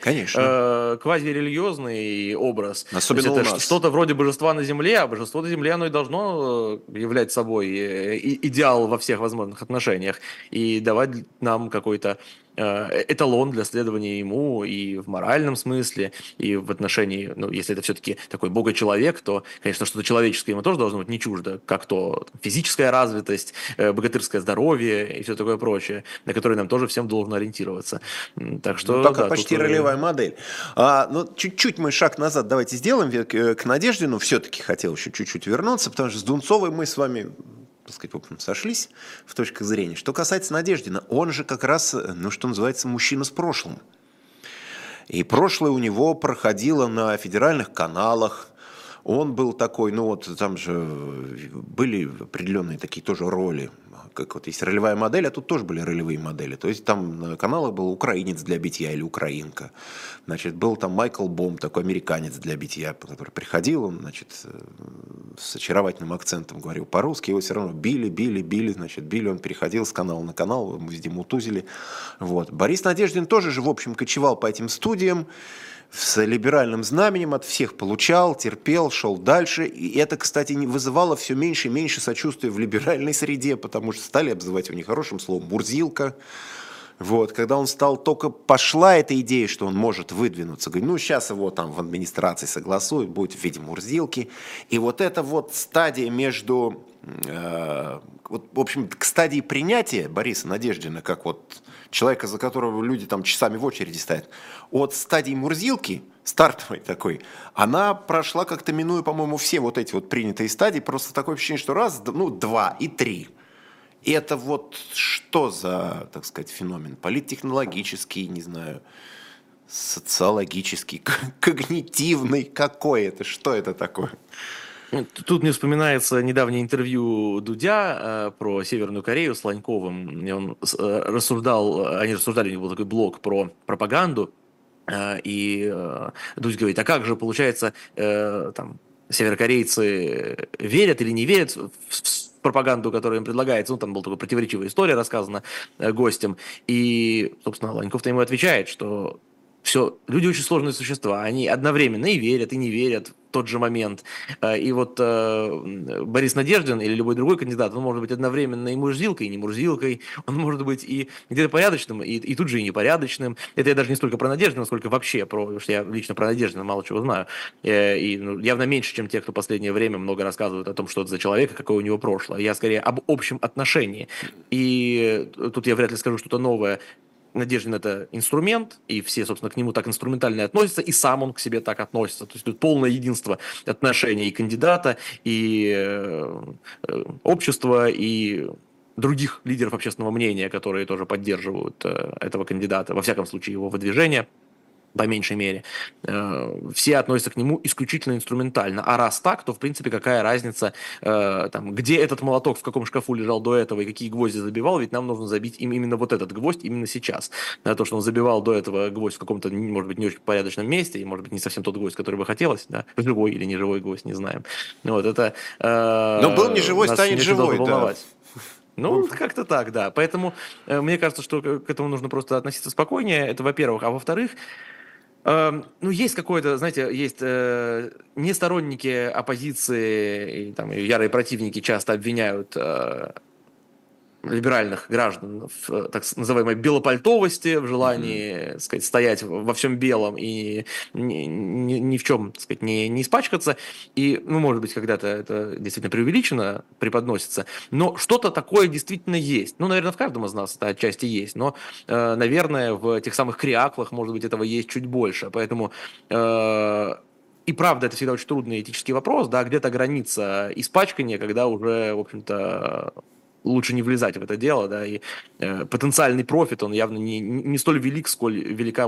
квазирелигиозный образ. Особенно у нас. Что-то вроде божества на земле, а божество на земле, оно и должно являть собой идеал во всех возможных отношениях и давать нам какой-то эталон для следования ему и в моральном смысле, и в отношении, ну, если это все-таки такой бога-человек, то, конечно, что-то человеческое ему тоже должно быть не чуждо, как то физическая развитость, богатырское здоровье и все такое прочее, на которое нам тоже всем должно ориентироваться. Так что, пока почти ролевая модель. Чуть-чуть мы шаг назад давайте сделаем к Надеждину. Все-таки хотел еще чуть-чуть вернуться, потому что с Дунцовой мы с вами, так сказать, в общем, сошлись в точках зрения. Что касается Надеждина, он же как раз, что называется, мужчина с прошлым. И прошлое у него проходило на федеральных каналах. Он был такой, ну вот там же были определенные такие тоже роли, как вот есть ролевая модель, а тут тоже были ролевые модели. То есть там на каналах был украинец для битья или украинка. Значит, был там Майкл Бом, такой американец для битья, который приходил, он, значит, с очаровательным акцентом говорил по-русски, его все равно били, значит, били, он переходил с канала на канал, его везде мутузили. Вот. Борис Надеждин тоже же, в общем, кочевал по этим студиям, с либеральным знаменем от всех получал, терпел, шел дальше. И это, кстати, вызывало все меньше и меньше сочувствия в либеральной среде, потому что стали обзывать его нехорошим словом «мурзилка». Вот, когда он стал, только пошла эта идея, что он может выдвинуться, говорит, ну, сейчас его там в администрации согласуют, будет в виде Мурзилки. И вот эта вот стадия между, вот, в общем, к стадии принятия Бориса Надеждина, как вот человека, за которого люди там часами в очереди стоят, от стадии Мурзилки, стартовой такой, она прошла как-то, минуя, по-моему, все вот эти вот принятые стадии, просто такое ощущение, что раз, ну, два и три. И это вот что за, так сказать, феномен? Политтехнологический, не знаю, социологический, когнитивный, какой это? Что это такое? Тут мне вспоминается недавнее интервью Дудя про Северную Корею с Ланьковым. И он рассуждал, они рассуждали, у него был такой блог про пропаганду. И Дудь говорит, а как же, получается, там, северокорейцы верят или не верят в пропаганду, которая им предлагается. Ну, там была такая противоречивая история рассказана гостем. И, собственно, Ланьков-то ему отвечает, что все, люди очень сложные существа, они одновременно и верят, и не верят в тот же момент. И вот Борис Надеждин или любой другой кандидат, он может быть одновременно и мурзилкой, и не мурзилкой, он может быть и где-то порядочным, и тут же и непорядочным. Это я даже не столько про Надеждина, сколько вообще про, потому что я лично про Надеждина мало чего знаю. И ну, явно меньше, чем те, кто в последнее время много рассказывают о том, что это за человек, какое у него прошлое. Я скорее об общем отношении. И тут я вряд ли скажу что-то новое. Надеждин – это инструмент, и все, собственно, к нему так инструментально относятся, и сам он к себе так относится. То есть тут полное единство отношений и кандидата, и общества, и других лидеров общественного мнения, которые тоже поддерживают этого кандидата, во всяком случае, его выдвижение. По меньшей мере, все относятся к нему исключительно инструментально. А раз так, то, в принципе, какая разница, там, где этот молоток, в каком шкафу лежал до этого и какие гвозди забивал, ведь нам нужно забить им именно вот этот гвоздь именно сейчас. То, что он забивал до этого гвоздь в каком-то, может быть, не очень порядочном месте, и, может быть, не совсем тот гвоздь, который бы хотелось, да, живой или не живой гвоздь, не знаем. Вот это... Но был не живой, станет живой, да. Ну, как-то так, да. Поэтому мне кажется, что к этому нужно просто относиться спокойнее, это во-первых. А во-вторых, ну, есть какое-то, знаете, есть не сторонники оппозиции, и, там, и ярые противники часто обвиняют либеральных граждан в так называемой белопальтовости, в желании, так сказать, стоять во всем белом и ни в чем, так сказать, не испачкаться. И, ну, может быть, когда-то это действительно преувеличенно преподносится, но что-то такое действительно есть. Ну, наверное, в каждом из нас это отчасти есть, но, наверное, в тех самых криаклах, может быть, этого есть чуть больше. Поэтому и правда, это всегда очень трудный этический вопрос, да, где-то граница испачкания, когда уже, в общем-то, лучше не влезать в это дело, да, и потенциальный профит, он явно не столь велик, сколь велик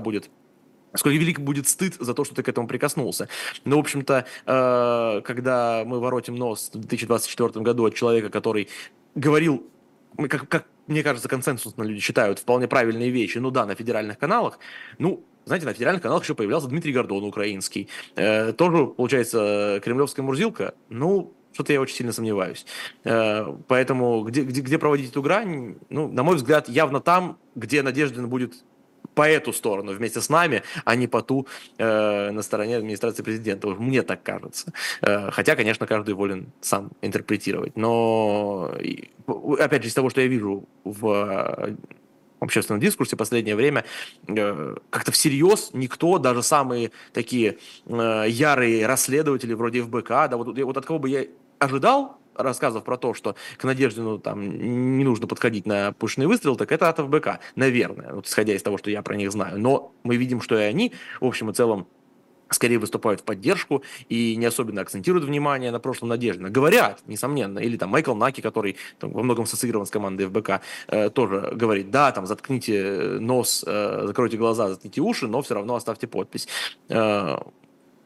будет стыд за то, что ты к этому прикоснулся. Но, в общем-то, когда мы воротим нос в 2024 году от человека, который говорил, как мне кажется, консенсусно люди считают, вполне правильные вещи, ну да, на федеральных каналах, ну, знаете, на федеральных каналах еще появлялся Дмитрий Гордон украинский. Тоже, получается, кремлевская мурзилка, ну, что-то я очень сильно сомневаюсь. Поэтому где проводить эту грань? Ну, на мой взгляд, явно там, где Надеждин будет по эту сторону вместе с нами, а не по ту на стороне администрации президента. Мне так кажется. Хотя, конечно, каждый волен сам интерпретировать. Но, опять же, из того, что я вижу в общественном дискурсе в последнее время, как-то всерьез никто, даже самые такие ярые расследователи вроде ФБК, да, вот от кого бы я ожидал рассказов про то, что к Надеждину там не нужно подходить на пушечный выстрел, так это от ФБК, наверное, вот исходя из того, что я про них знаю. Но мы видим, что и они, в общем и целом, скорее выступают в поддержку и не особенно акцентируют внимание на прошлом Надеждина. Говорят, несомненно. Или там Майкл Наки, который там, во многом ассоциирован с командой ФБК, тоже говорит, да, там заткните нос, закройте глаза, заткните уши, но все равно оставьте подпись.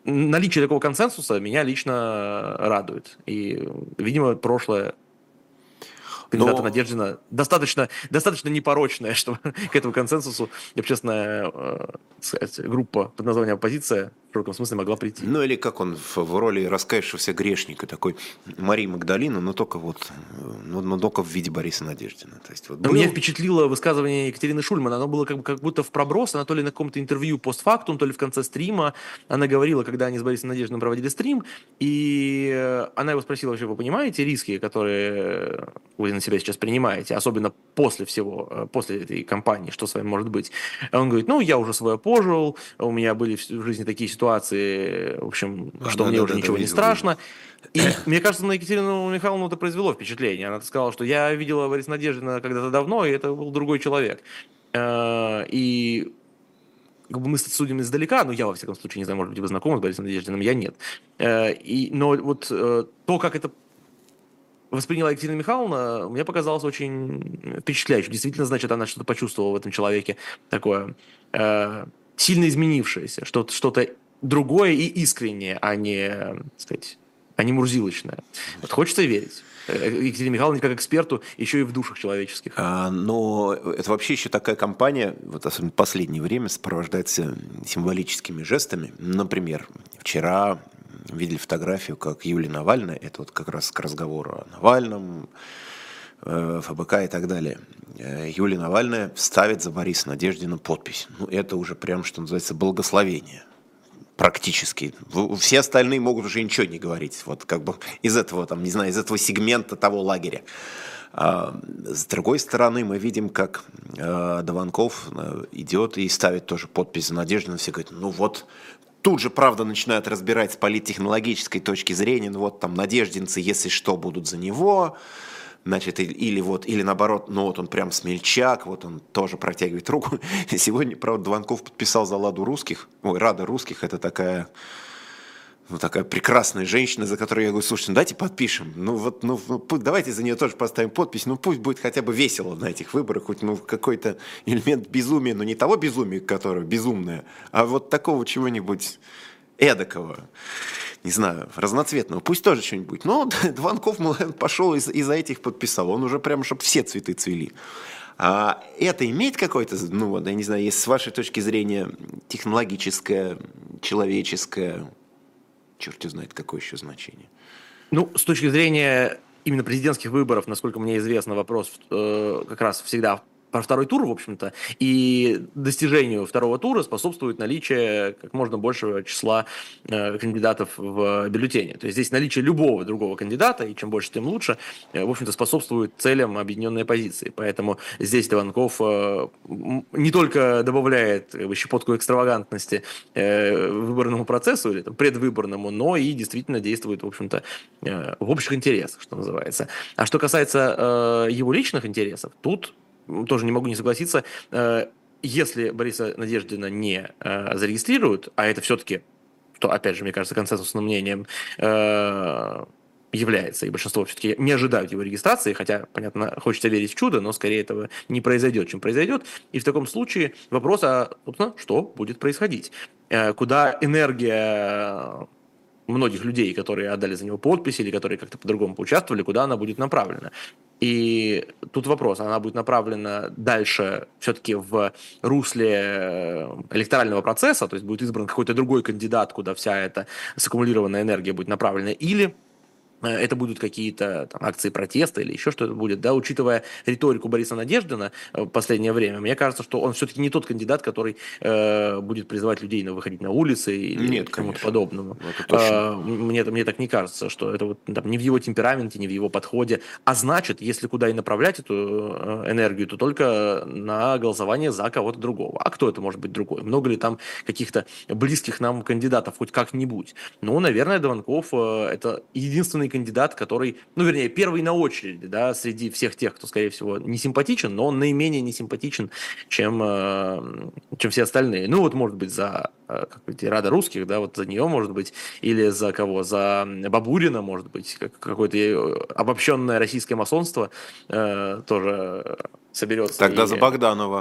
наличие такого консенсуса меня лично радует. И, видимо, прошлое кандидата Но Надеждина достаточно непорочная, чтобы к этому консенсусу общественная сказать, группа под названием «Оппозиция» в широком смысле могла прийти. Ну или как он в роли раскаявшегося грешника, такой Марии Магдалины, но только вот, но только в виде Бориса Надеждина. То есть вот Но меня был, впечатлило высказывание Екатерины Шульман. Оно было как будто в проброс. Она то ли на каком-то интервью постфактум, то ли в конце стрима. Она говорила, когда они с Борисом Надеждиным проводили стрим, и она его спросила вообще, вы понимаете риски, которые вы на себя сейчас принимаете, особенно после всего, после этой кампании, что с вами может быть? А он говорит, ну, я уже свое пожил, у меня были в жизни такие ситуации, в общем, что мне уже да, ничего не видел, видел. страшно. И мне кажется, на Екатерину Михайловну это произвело впечатление. Она сказала, что я видела Бориса Надеждина когда-то давно, и это был другой человек. И как бы мы судим издалека, но я, во всяком случае, не знаю, может быть, вы знакомы с Борисом Надеждиным, я нет. Но вот то, как это восприняла Екатерина Михайловна, мне показалось очень впечатляющим. Действительно, значит, она что-то почувствовала в этом человеке такое сильно изменившееся, что-то другое и искреннее, а не, так сказать, а не мурзилочное. Вот хочется верить. Екатерине Михайловне как эксперту еще и в душах человеческих. Но это вообще еще такая кампания, вот особенно в последнее время, сопровождается символическими жестами. Например, вчера видели фотографию, как Юлия Навальная, это вот как раз к разговору о Навальном, ФБК и так далее. Юлия Навальная ставит за Бориса Надеждина подпись. Ну, это уже прям, что называется, благословение. Практически. Все остальные могут уже ничего не говорить. Вот как бы из этого, там, не знаю, из этого сегмента того лагеря. С другой стороны, мы видим, как Дованков идет и ставит тоже подпись за Надеждина. Все говорят, ну вот, тут же, правда, начинают разбирать с политтехнологической точки зрения, ну вот там надеждинцы, если что, будут за него. Значит, или наоборот, ну вот он прям смельчак, вот он тоже протягивает руку. Сегодня, правда, Дованков подписал за Рада русских, это такая прекрасная женщина, за которую я говорю, слушайте, ну давайте подпишем, давайте за нее тоже поставим подпись, ну пусть будет хотя бы весело на этих выборах, хоть какой-то элемент безумия, но не того безумия, которое безумное, а вот такого чего-нибудь эдакого. Не знаю, разноцветного, пусть тоже что-нибудь будет. Но Дованков пошел и за этих подписал. Он уже прям, чтобы все цветы цвели. А это имеет какое-то, я не знаю, есть с вашей точки зрения технологическое, человеческое, черт знает, какое еще значение? Ну, с точки зрения именно президентских выборов, насколько мне известно, вопрос как раз всегда про второй тур, в общем-то, и достижению второго тура способствует наличие как можно большего числа кандидатов в бюллетене. То есть здесь наличие любого другого кандидата, и чем больше, тем лучше, в общем-то, способствует целям объединенной оппозиции. Поэтому здесь Дованков не только добавляет щепотку экстравагантности выборному процессу или там, предвыборному, но и действительно действует, в общем-то, в общих интересах, что называется. А что касается его личных интересов, тут тоже не могу не согласиться, если Бориса Надеждина не зарегистрируют, а это все-таки, что, опять же, мне кажется, консенсусным мнением является, и большинство все-таки не ожидают его регистрации, хотя, понятно, хочется верить в чудо, но скорее этого не произойдет, чем произойдет. И в таком случае вопрос, собственно, что будет происходить? Куда энергия многих людей, которые отдали за него подписи или которые как-то по-другому поучаствовали, куда она будет направлена. И тут вопрос, она будет направлена дальше все-таки в русле электорального процесса, то есть будет избран какой-то другой кандидат, куда вся эта саккумулированная энергия будет направлена, или это будут какие-то там, акции протеста или еще что-то будет, да, учитывая риторику Бориса Надеждина в последнее время, мне кажется, что он все-таки не тот кандидат, который будет призывать людей выходить на улицы или Нет, к чему-то конечно. подобному. Это точно. Мне так не кажется, что это вот, там, не в его темпераменте, не в его подходе. А значит, если куда и направлять эту энергию, то только на голосование за кого-то другого. А кто это может быть другой? Много ли там каких-то близких нам кандидатов хоть как-нибудь? Ну, наверное, Дованков это единственный кандидат, который, первый на очереди, да, среди всех тех, кто, скорее всего, не симпатичен, но он наименее не симпатичен, чем все остальные. Ну, вот, может быть, за Рада русских, да, вот за нее, может быть, или за кого? За Бабурина, может быть, какое-то обобщенное российское масонство тоже соберется. Тогда за Богданова.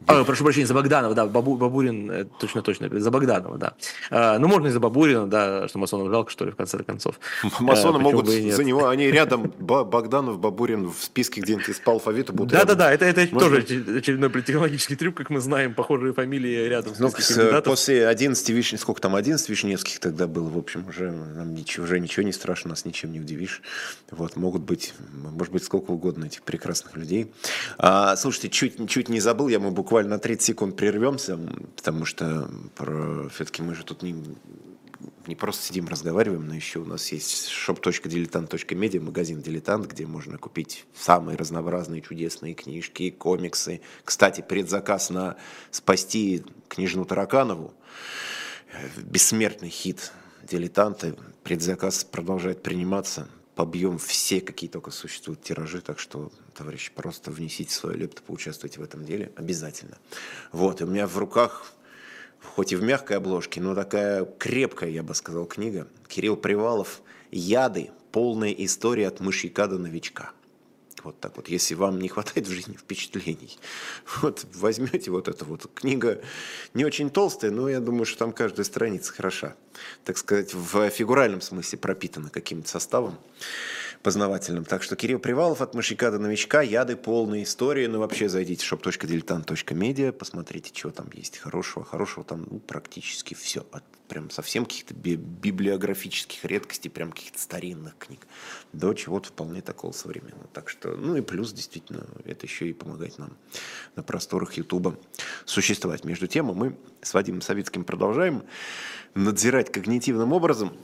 Прошу прощения, за Богданова, да, Бабурин, точно, за Богданова, да. Ну, можно и за Бабурина, да, что масонов жалко, что ли, в конце концов. Масоны Почему могут бы и нет. за него, они рядом, Богданов, Бабурин в списке где-нибудь по алфавиту будут рядом. Да, это Может тоже быть, очередной политтехнологический трюк, как мы знаем, похожие фамилии рядом в ну, списке кандидатов. после 11 Вишневских, сколько там, 11 Вишневских тогда было, в общем, уже нам уже ничего не страшно, нас ничем не удивишь. Вот, может быть, сколько угодно этих прекрасных людей. Слушайте, чуть не забыл, мы буквально на 30 секунд прервемся, потому что все-таки мы же тут не просто сидим, разговариваем, но еще у нас есть shop.diletant.media, магазин «Дилетант», где можно купить самые разнообразные чудесные книжки, комиксы. Кстати, предзаказ на «Спасти княжну Тараканову», бессмертный хит «Дилетанта», предзаказ продолжает приниматься. Побьем все, какие только существуют тиражи, так что, товарищи, просто внесите свою лепту, поучаствуйте в этом деле обязательно. Вот, и у меня в руках, хоть и в мягкой обложке, но такая крепкая, я бы сказал, книга. Кирилл Привалов «Яды. Полная история от мышьяка до новичка». Вот так вот, если вам не хватает в жизни впечатлений, вот возьмете вот эту вот. Книга не очень толстая, но я думаю, что там каждая страница хороша. Так сказать, в фигуральном смысле пропитана каким-то составом познавательным. Так что Кирилл Привалов «От мышьяка до новичка», «Яды. Полная история». Ну, вообще, зайдите в shop.diletant.media, посмотрите, что там есть хорошего. Хорошего там практически все. Прям совсем каких-то библиографических редкостей, прям каких-то старинных книг, до чего-то вполне такого современного. Так что, ну и плюс, действительно, это еще и помогает нам на просторах Ютуба существовать. Между тем, мы с Вадимом Савицким продолжаем надзирать когнитивным образом.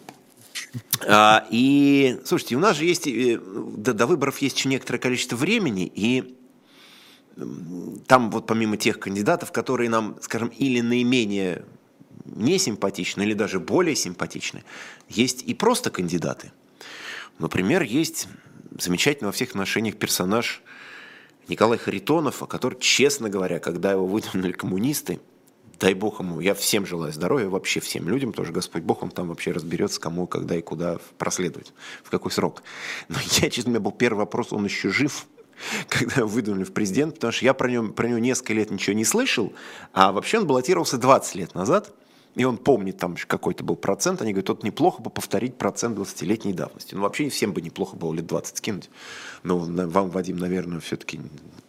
И, слушайте, у нас же есть, до выборов есть еще некоторое количество времени, и там вот помимо тех кандидатов, которые нам, скажем, или наименее не симпатичны, или даже более симпатичны, есть и просто кандидаты. Например, есть замечательный во всех отношениях персонаж Николай Харитонов, который, честно говоря, когда его выдвинули коммунисты, дай бог ему, я всем желаю здоровья, вообще всем людям, тоже Господь Бог, он там вообще разберется, кому, когда и куда проследовать, в какой срок. Но я, честно, у меня был первый вопрос, он еще жив, когда его выдвинули в президент, потому что я про него несколько лет ничего не слышал, а вообще он баллотировался 20 лет назад, и он помнит, там какой-то был процент, они говорят, тут неплохо бы повторить процент 20-летней давности. Ну, вообще всем бы неплохо было лет 20 скинуть. Но вам, Вадим, наверное, все-таки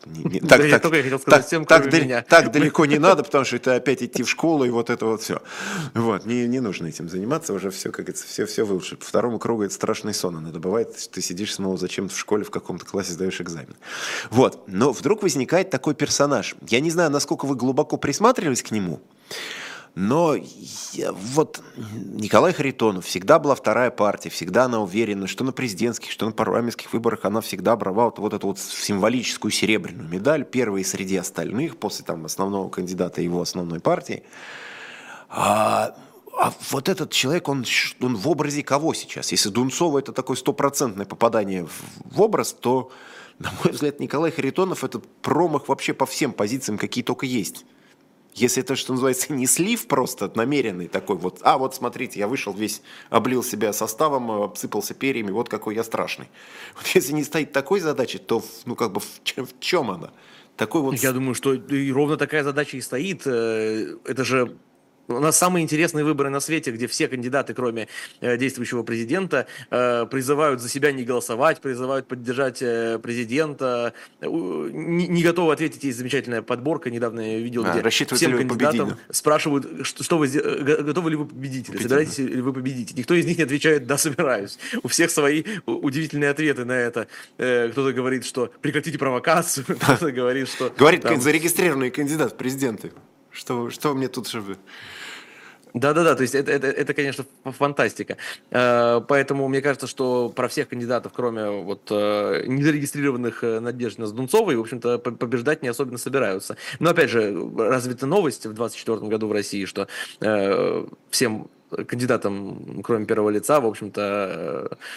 так далеко не надо, потому что это опять идти в школу, и вот это вот все. Вот, не нужно этим заниматься, уже все, как говорится, все выше. По второму кругу это страшный сон иногда бывает, ты сидишь снова зачем-то в школе, в каком-то классе сдаешь экзамен. Вот, но вдруг возникает такой персонаж. Я не знаю, насколько вы глубоко присматривались к нему, но вот Николай Харитонов, всегда была вторая партия, всегда она уверена, что на президентских, что на парламентских выборах она всегда брала вот эту вот символическую серебряную медаль, первой среди остальных, после там основного кандидата его основной партии. А вот этот человек, он в образе кого сейчас? Если Дунцова это такое стопроцентное попадание в образ, то, на мой взгляд, Николай Харитонов это промах вообще по всем позициям, какие только есть. Если это, что называется, не слив просто намеренный такой вот, вот смотрите, я вышел весь, облил себя составом, обсыпался перьями, вот какой я страшный. Вот если не стоит такой задачи, то, в чем она? Такой вот... Я думаю, что и ровно такая задача и стоит. Это же... У нас самые интересные выборы на свете, где все кандидаты, кроме действующего президента, призывают за себя не голосовать, призывают поддержать президента, не готовы ответить. Есть замечательная подборка, недавно я видел, где всем кандидатам спрашивают, что вы готовы ли вы победить, собираетесь ли вы победить. Никто из них не отвечает «да, собираюсь». У всех свои удивительные ответы на это. Кто-то говорит, что прекратите провокацию, кто-то говорит, что... Говорит зарегистрированный кандидат в президенты. Что мне тут же... Да, то есть это, конечно, фантастика. Поэтому мне кажется, что про всех кандидатов, кроме вот незарегистрированных Надежды Дунцовой, в общем-то, побеждать не особенно собираются. Но, опять же, развита новость в 2024 году в России, что всем кандидатам, кроме первого лица, в общем-то,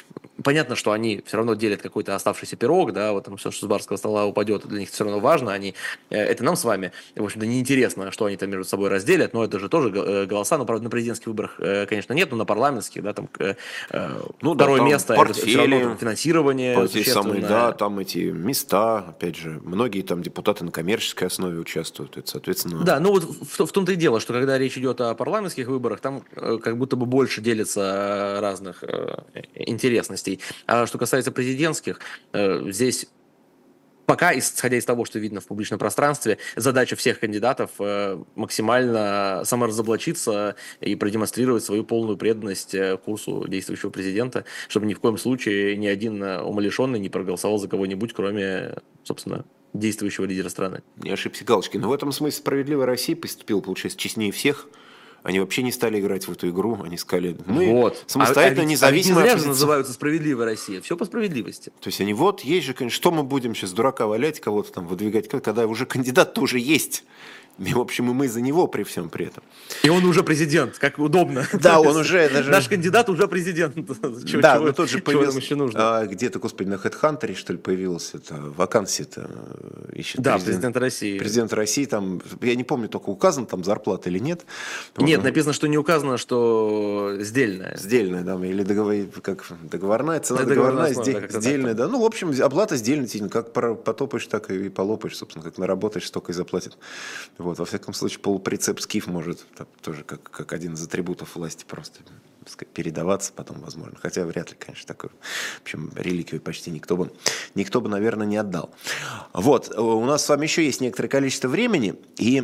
Понятно, что они все равно делят какой-то оставшийся пирог, да, вот там все, что с барского стола упадет, для них все равно важно, это нам с вами, в общем-то, неинтересно, что они там между собой разделят, но это же тоже голоса, ну, правда, на президентских выборах, конечно, нет, но на парламентских, да, там Ну да, второе там место, это все равно там финансирование те самые, существенное. да, там эти места, опять же, многие там депутаты на коммерческой основе участвуют, это, соответственно... Да, ну вот в том-то и дело, что когда речь идет о парламентских выборах, там как будто бы больше делится разных интересностей. А что касается президентских, здесь пока, исходя из того, что видно в публичном пространстве, задача всех кандидатов максимально саморазоблачиться и продемонстрировать свою полную преданность курсу действующего президента, чтобы ни в коем случае ни один умалишенный не проголосовал за кого-нибудь, кроме, собственно, действующего лидера страны. Не ошибся Галочкин. Но в этом смысле «Справедливая Россия» поступила, получается, честнее всех. Они вообще не стали играть в эту игру. Они сказали, мы вот. самостоятельно, независимо. А ведь не зря же называются «Справедливая Россия». Все по справедливости. То есть они вот, есть же, конечно, что мы будем сейчас дурака валять, кого-то там выдвигать, когда уже кандидат-то уже есть. И, в общем, и мы за него при всем при этом. И он уже президент, как удобно. Да, он уже... Даже... Наш кандидат уже президент. Да, но тут же появился... Где-то, господи, на HeadHunter, что ли, появилась эта вакансия-то. Да, президент России. Президент России, там, я не помню, только указано там зарплата или нет. Нет, написано, что не указано, что сдельная. Сдельная, да, или договорная, цена договорная, сдельная, да. Ну, в общем, оплата сдельная, как потопаешь, так и полопаешь, собственно, как наработаешь, столько и заплатят. Вот, во всяком случае, полуприцеп скиф может тоже как один из атрибутов власти просто передаваться потом, возможно. Хотя вряд ли, конечно, такой. В общем, реликвию почти никто бы, наверное, не отдал. Вот, у нас с вами еще есть некоторое количество времени, и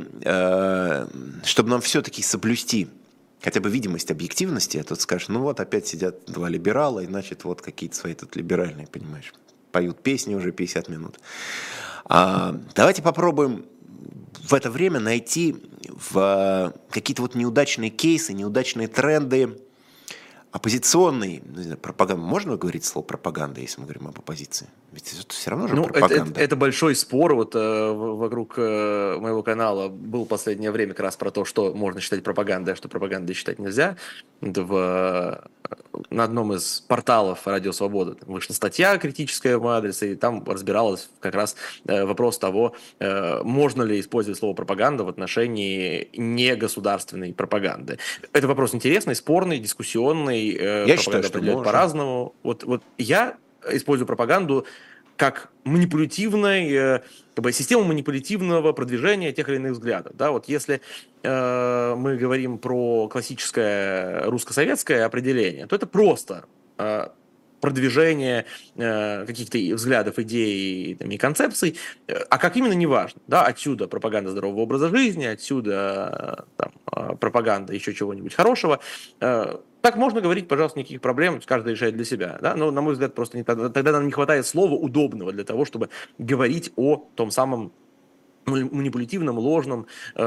чтобы нам все-таки соблюсти хотя бы видимость объективности, а тут скажешь, ну вот опять сидят два либерала, и значит вот какие-то свои тут либеральные, понимаешь, поют песни уже 50 минут. Давайте попробуем в это время найти какие-то вот неудачные кейсы, неудачные тренды оппозиционной, не знаю, пропаганды. Можно говорить слово пропаганда, если мы говорим об оппозиции? Ведь это все равно же пропаганда. Это большой спор вот вокруг моего канала был в последнее время как раз про то, что можно считать пропагандой, а что пропагандой считать нельзя. На одном из порталов «Радио Свобода» вышла статья критическая в мой адрес, и там разбиралась как раз вопрос того, можно ли использовать слово «пропаганда» в отношении негосударственной пропаганды. Это вопрос интересный, спорный, дискуссионный. Я считаю, что можно. По-разному. Вот я использую пропаганду как манипулятивной, систему манипулятивного продвижения тех или иных взглядов. Да, вот если мы говорим про классическое русско-советское определение, то это просто продвижение каких-то взглядов, идей и концепций, а как именно, неважно. Да, отсюда пропаганда здорового образа жизни, отсюда пропаганда еще чего-нибудь хорошего. Так можно говорить, пожалуйста, никаких проблем, каждый решает для себя. Да? Но, на мой взгляд, просто тогда нам не хватает слова удобного для того, чтобы говорить о том самом манипулятивном, ложном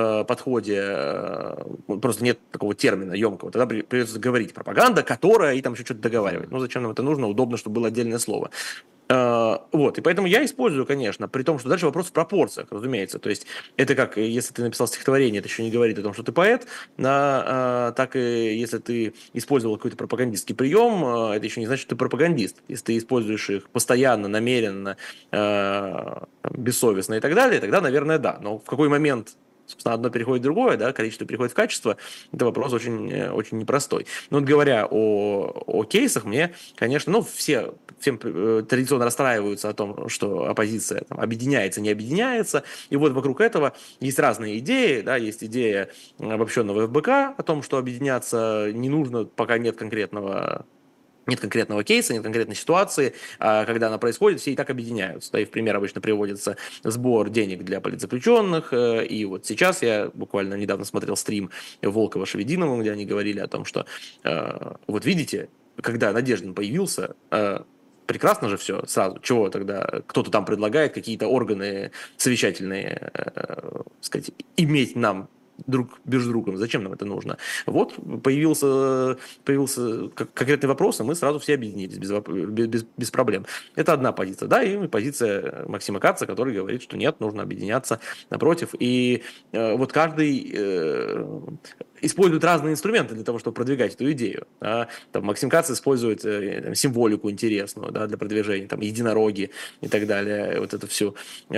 подходе. Просто нет такого термина емкого. Тогда придется говорить пропаганда, которая, и там еще что-то договаривать. Ну, зачем нам это нужно? Удобно, чтобы было отдельное слово. Вот, и поэтому я использую, конечно, при том, что дальше вопрос в пропорциях, разумеется. То есть это как, если ты написал стихотворение, это еще не говорит о том, что ты поэт, так и если ты использовал какой-то пропагандистский прием, это еще не значит, что ты пропагандист. Если ты используешь их постоянно, намеренно, бессовестно и так далее, тогда, наверное, да. Но в какой момент, собственно, одно переходит в другое, да, количество переходит в качество, это вопрос очень, очень непростой. Но вот говоря о кейсах, мне, конечно, всем традиционно расстраиваются о том, что оппозиция объединяется, не объединяется, и вот вокруг этого есть разные идеи, да, есть идея обобщенного ФБК о том, что объединяться не нужно, пока нет конкретного кейса, нет конкретной ситуации, когда она происходит, все и так объединяются. Да, и в пример обычно приводится сбор денег для политзаключенных. И вот сейчас я буквально недавно смотрел стрим Волкова с Шевединовым, где они говорили о том, что вот видите, когда Надеждин появился, прекрасно же все сразу. Чего тогда кто-то там предлагает какие-то органы совещательные, сказать, иметь нам друг без друга. Зачем нам это нужно? Вот появился конкретный вопрос, и мы сразу все объединились без проблем. Это одна позиция. Да, и позиция Максима Каца, который говорит, что нет, нужно объединяться напротив. И вот каждый используют разные инструменты для того, чтобы продвигать эту идею. Да. Там Максим Кац использует символику интересную, да, для продвижения, там, единороги и так далее, вот это все,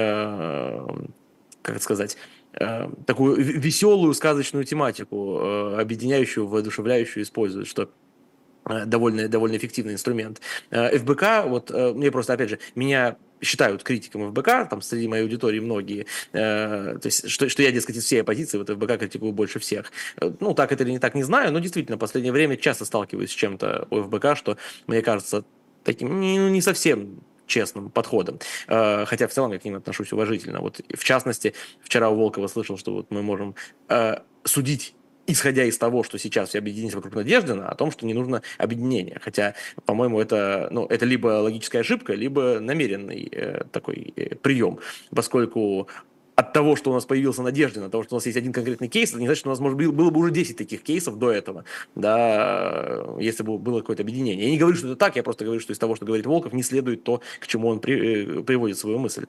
как это сказать, такую веселую сказочную тематику, объединяющую, воодушевляющую использует, что довольно эффективный инструмент. ФБК, вот мне просто, опять же, меня считают критиком ФБК, там среди моей аудитории многие, то есть, что я, дескать, из всей оппозиции вот ФБК критикую больше всех. Ну, так это или не так, не знаю, но действительно, в последнее время часто сталкиваюсь с чем-то у ФБК, что мне кажется таким не совсем честным подходом. Хотя в целом я к ним отношусь уважительно. Вот в частности, вчера у Волкова слышал, что вот мы можем судить, исходя из того, что сейчас все объединились вокруг Надеждина, о том, что не нужно объединение. Хотя, по-моему, это либо логическая ошибка, либо намеренный такой прием, поскольку от того, что у нас появился Надеждин, от того, что у нас есть один конкретный кейс, это не значит, что у нас, может, было бы уже 10 таких кейсов до этого, да, если бы было какое-то объединение. Я не говорю, что это так, я просто говорю, что из того, что говорит Волков, не следует то, к чему он приводит свою мысль.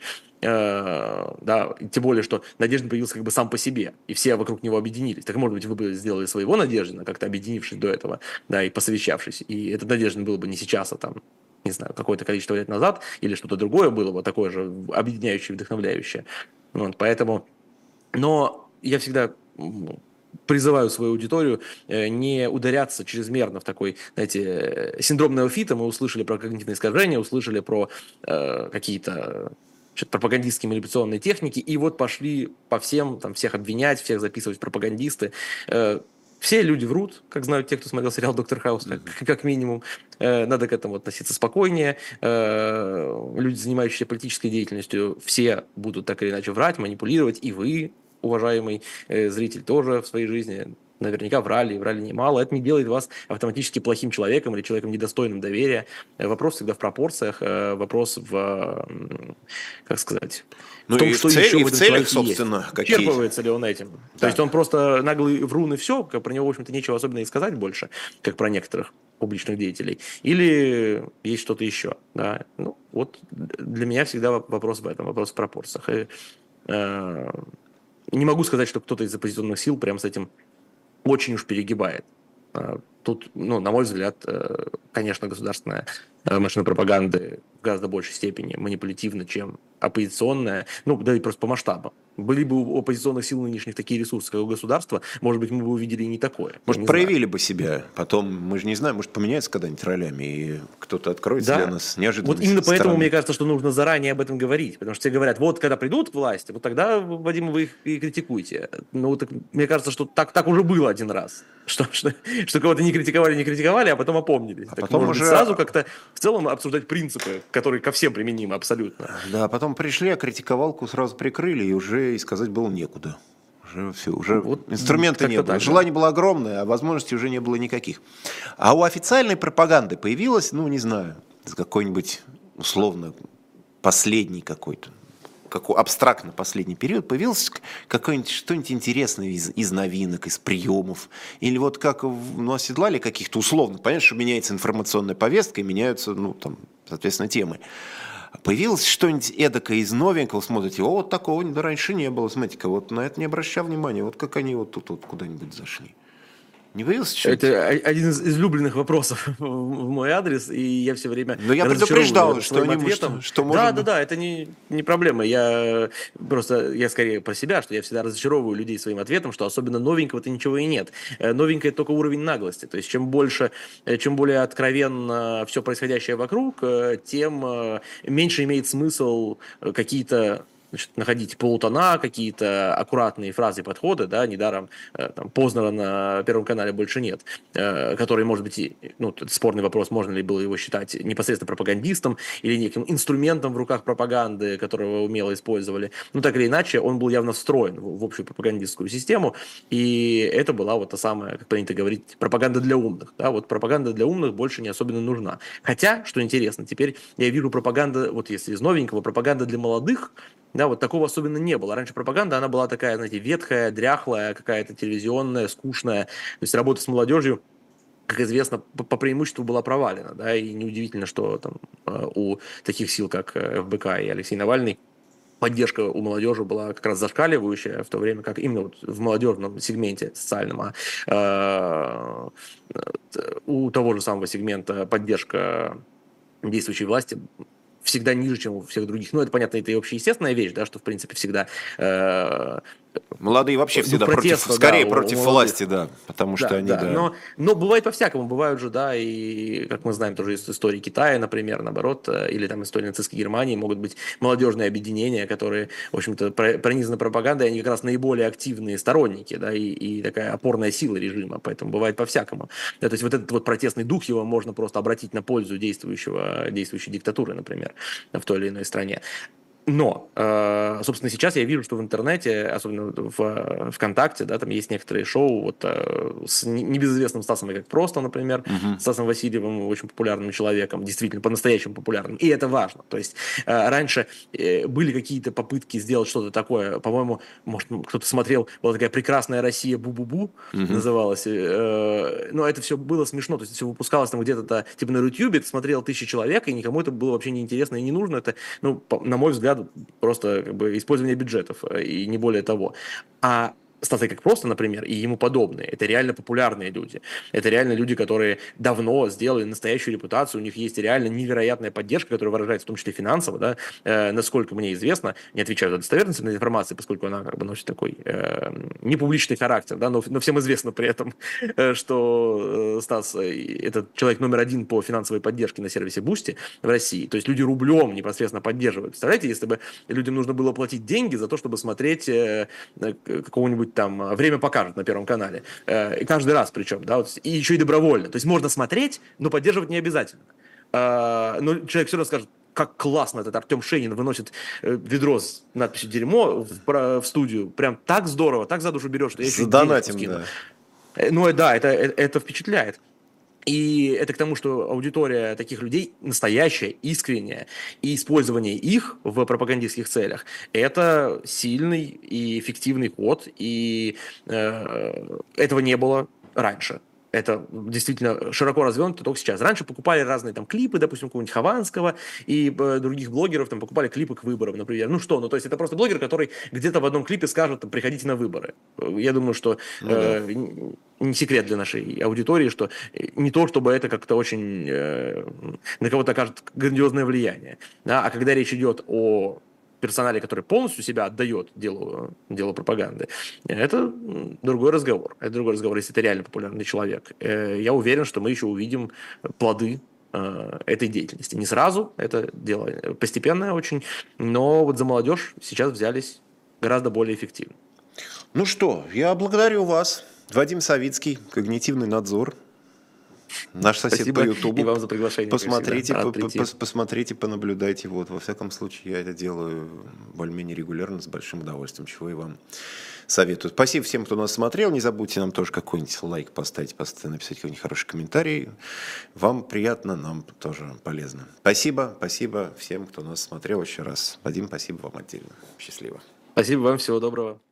Да, тем более, что Надеждин появился как бы сам по себе, и все вокруг него объединились. Так, может быть, вы бы сделали своего Надеждина, как-то объединившись до этого, да, и посовещавшись, и этот Надеждин был бы не сейчас, а там, не знаю, какое-то количество лет назад, или что-то другое было бы, такое же объединяющее, вдохновляющее. Вот, поэтому, но я всегда призываю свою аудиторию не ударяться чрезмерно в такой, знаете, синдром неофита. Мы услышали про когнитивные искажения, услышали про какие-то пропагандистские манипуляционные техники, и вот пошли по всем, там, всех обвинять, всех записывать в пропагандисты. Все люди врут, как знают те, кто смотрел сериал «Доктор Хаус», как минимум. Надо к этому относиться спокойнее. Люди, занимающиеся политической деятельностью, все будут так или иначе врать, манипулировать. И вы, уважаемый зритель, тоже в своей жизни наверняка врали немало. Это не делает вас автоматически плохим человеком или человеком недостойным доверия. Вопрос всегда в пропорциях, вопрос в, как сказать, ну в том, и что в еще в в этом целях, человеке собственно, есть. какие? Исчерпывается ли он этим? Да. То есть он просто наглый врун и все, про него, в общем-то, нечего особенно и сказать больше, как про некоторых публичных деятелей. Или есть что-то еще. Да? Ну, вот для меня всегда вопрос в этом, вопрос в пропорциях. И, не могу сказать, что кто-то из оппозиционных сил прям с этим очень уж перегибает. Тут, ну, на мой взгляд, конечно, государственная машина пропаганды в гораздо большей степени манипулятивна, чем оппозиционная, ну, да и просто по масштабам. Были бы у оппозиционных сил нынешних такие ресурсы, как у государства, может быть, мы бы увидели и не такое. Может, проявили бы себя, потом, мы же не знаем, может, поменяются когда-нибудь ролями, и кто-то откроется Да. для нас неожиданно. Вот именно поэтому мне кажется, что нужно заранее об этом говорить, потому что все говорят, вот когда придут к власти, вот тогда, Вадим, вы их и критикуйте. Ну, так, мне кажется, что так уже было один раз, что кого-то не критиковали, а потом опомнились. А так, потом может уже... быть, сразу как-то в целом обсуждать принципы, которые ко всем применимы абсолютно. Да, потом пришли, а критиковалку сразу прикрыли, и уже и сказать было некуда. Уже все, уже Вот инструмента не было. так, Желание было огромное, а возможностей уже не было никаких. А у официальной пропаганды появилось, ну, не знаю, какой-нибудь, условно, последний какой-то, абстрактно последний период, появилось какое-нибудь что-нибудь интересное из новинок, из приемов. Или вот как оседлали каких-то условно. Понятно, что меняется информационная повестка и меняются, ну, там, соответственно, темы. Появилось что-нибудь эдакое из новенького, смотрите, вот такого раньше не было, смотрите-ка, вот на это не обращал внимания, вот как они вот тут вот куда-нибудь зашли. Не появился что-нибудь? Это один из излюбленных вопросов в мой адрес, и я все время но я предупреждал, что они ответом. что может быть... Да, это не проблема. Я скорее про себя, что я всегда разочаровываю людей своим ответом, что особенно новенького-то ничего и нет. Новенькое только уровень наглости. То есть чем более откровенно все происходящее вокруг, тем меньше имеет смысл какие-то, значит, находить полутона, какие-то аккуратные фразы, подходы, да, недаром там, Познера на Первом канале больше нет, который, может быть, ну, спорный вопрос, можно ли было его считать непосредственно пропагандистом или неким инструментом в руках пропаганды, которого умело использовали. Ну, так или иначе, он был явно встроен в общую пропагандистскую систему, и это была вот та самая, как принято говорить, пропаганда для умных. Да, вот пропаганда для умных больше не особенно нужна. Хотя, что интересно, теперь я вижу пропаганда, вот если из новенького, пропаганда для молодых, да, вот такого особенно не было. Раньше пропаганда, она была такая, знаете, ветхая, дряхлая, какая-то телевизионная, скучная. То есть работа с молодежью, как известно, по преимуществу была провалена. Да, и неудивительно, что там у таких сил, как ФБК и Алексей Навальный, поддержка у молодежи была как раз зашкаливающая, в то время как именно вот в молодежном сегменте социальном, у того же самого сегмента поддержка действующей власти всегда ниже, чем у всех других. Ну, это, понятно, это и общеестественная вещь, да, что, в принципе, всегда Молодые вообще всегда против, скорее против власти, да, потому что они, да. Но бывает по-всякому, бывают же, да, и, как мы знаем, тоже из истории Китая, например, наоборот, или там истории нацистской Германии, могут быть молодежные объединения, которые, в общем-то, пронизаны пропагандой, они как раз наиболее активные сторонники, да, и такая опорная сила режима, поэтому бывает по-всякому. Да, то есть вот этот вот протестный дух, его можно просто обратить на пользу действующей диктатуры, например, в той или иной стране. Но, собственно, сейчас я вижу, что в интернете, особенно в ВКонтакте, да, там есть некоторые шоу вот, с небезызвестным Стасом как просто, например, Стасом Васильевым, очень популярным человеком, действительно по-настоящему популярным. И это важно. То есть раньше были какие-то попытки сделать что-то такое, по-моему, может, кто-то смотрел, была такая «Прекрасная Россия Бу-Бу-Бу», называлась. Но это все было смешно, то есть все выпускалось там где-то, типа на Ютьюбе, это смотрел 1000 человек, и никому это было вообще неинтересно и не нужно. Это, ну, на мой взгляд, просто как бы использование бюджетов и не более того. А Стасы как просто, например, и ему подобные, это реально популярные люди. Это реально люди, которые давно сделали настоящую репутацию, у них есть реально невероятная поддержка, которая выражается в том числе финансово, да, насколько мне известно, не отвечаю за достоверность этой информации, поскольку она как бы носит такой непубличный характер, да, но всем известно при этом, что Стас это человек номер 1 по финансовой поддержке на сервисе Boosty в России, то есть люди рублем непосредственно поддерживают. Представляете, если бы людям нужно было платить деньги за то, чтобы смотреть какого-нибудь там «Время покажет» на Первом канале. И каждый раз причем, да, вот, и еще и добровольно. То есть можно смотреть, но поддерживать не обязательно. Но человек все равно скажет, как классно этот Артем Шенин выносит ведро с надписью «Дерьмо» в студию. Прям так здорово, так за душу берет, что я еще денежку скину. Да. Ну да, это впечатляет. И это к тому, что аудитория таких людей настоящая, искренняя, и использование их в пропагандистских целях – это сильный и эффективный ход, и этого не было раньше. Это действительно широко развернуто только сейчас. Раньше покупали разные там клипы, допустим, какого-нибудь Хованского и других блогеров, там покупали клипы к выборам, например. Ну что, то есть это просто блогер, который где-то в одном клипе скажет, там, приходите на выборы. Я думаю, что не секрет для нашей аудитории, что не то, чтобы это как-то очень на кого-то окажет грандиозное влияние. Да? А когда речь идет о персонале, который полностью себя отдает делу пропаганды, это другой разговор. Это другой разговор, если это реально популярный человек. Я уверен, что мы еще увидим плоды этой деятельности. Не сразу, это дело постепенное очень, но вот за молодежь сейчас взялись гораздо более эффективно. Ну что, я благодарю вас. Вадим Савицкий, «Когнитивный надзор». Наш сосед. Спасибо по Ютубу. И вам за приглашение. Посмотрите, понаблюдайте. Вот, во всяком случае, я это делаю более-менее регулярно, с большим удовольствием, чего и вам советую. Спасибо всем, кто нас смотрел. Не забудьте нам тоже какой-нибудь лайк поставить, написать какой-нибудь хороший комментарий. Вам приятно, нам тоже полезно. Спасибо всем, кто нас смотрел еще раз. Вадим, спасибо вам отдельно. Счастливо. Спасибо вам, всего доброго.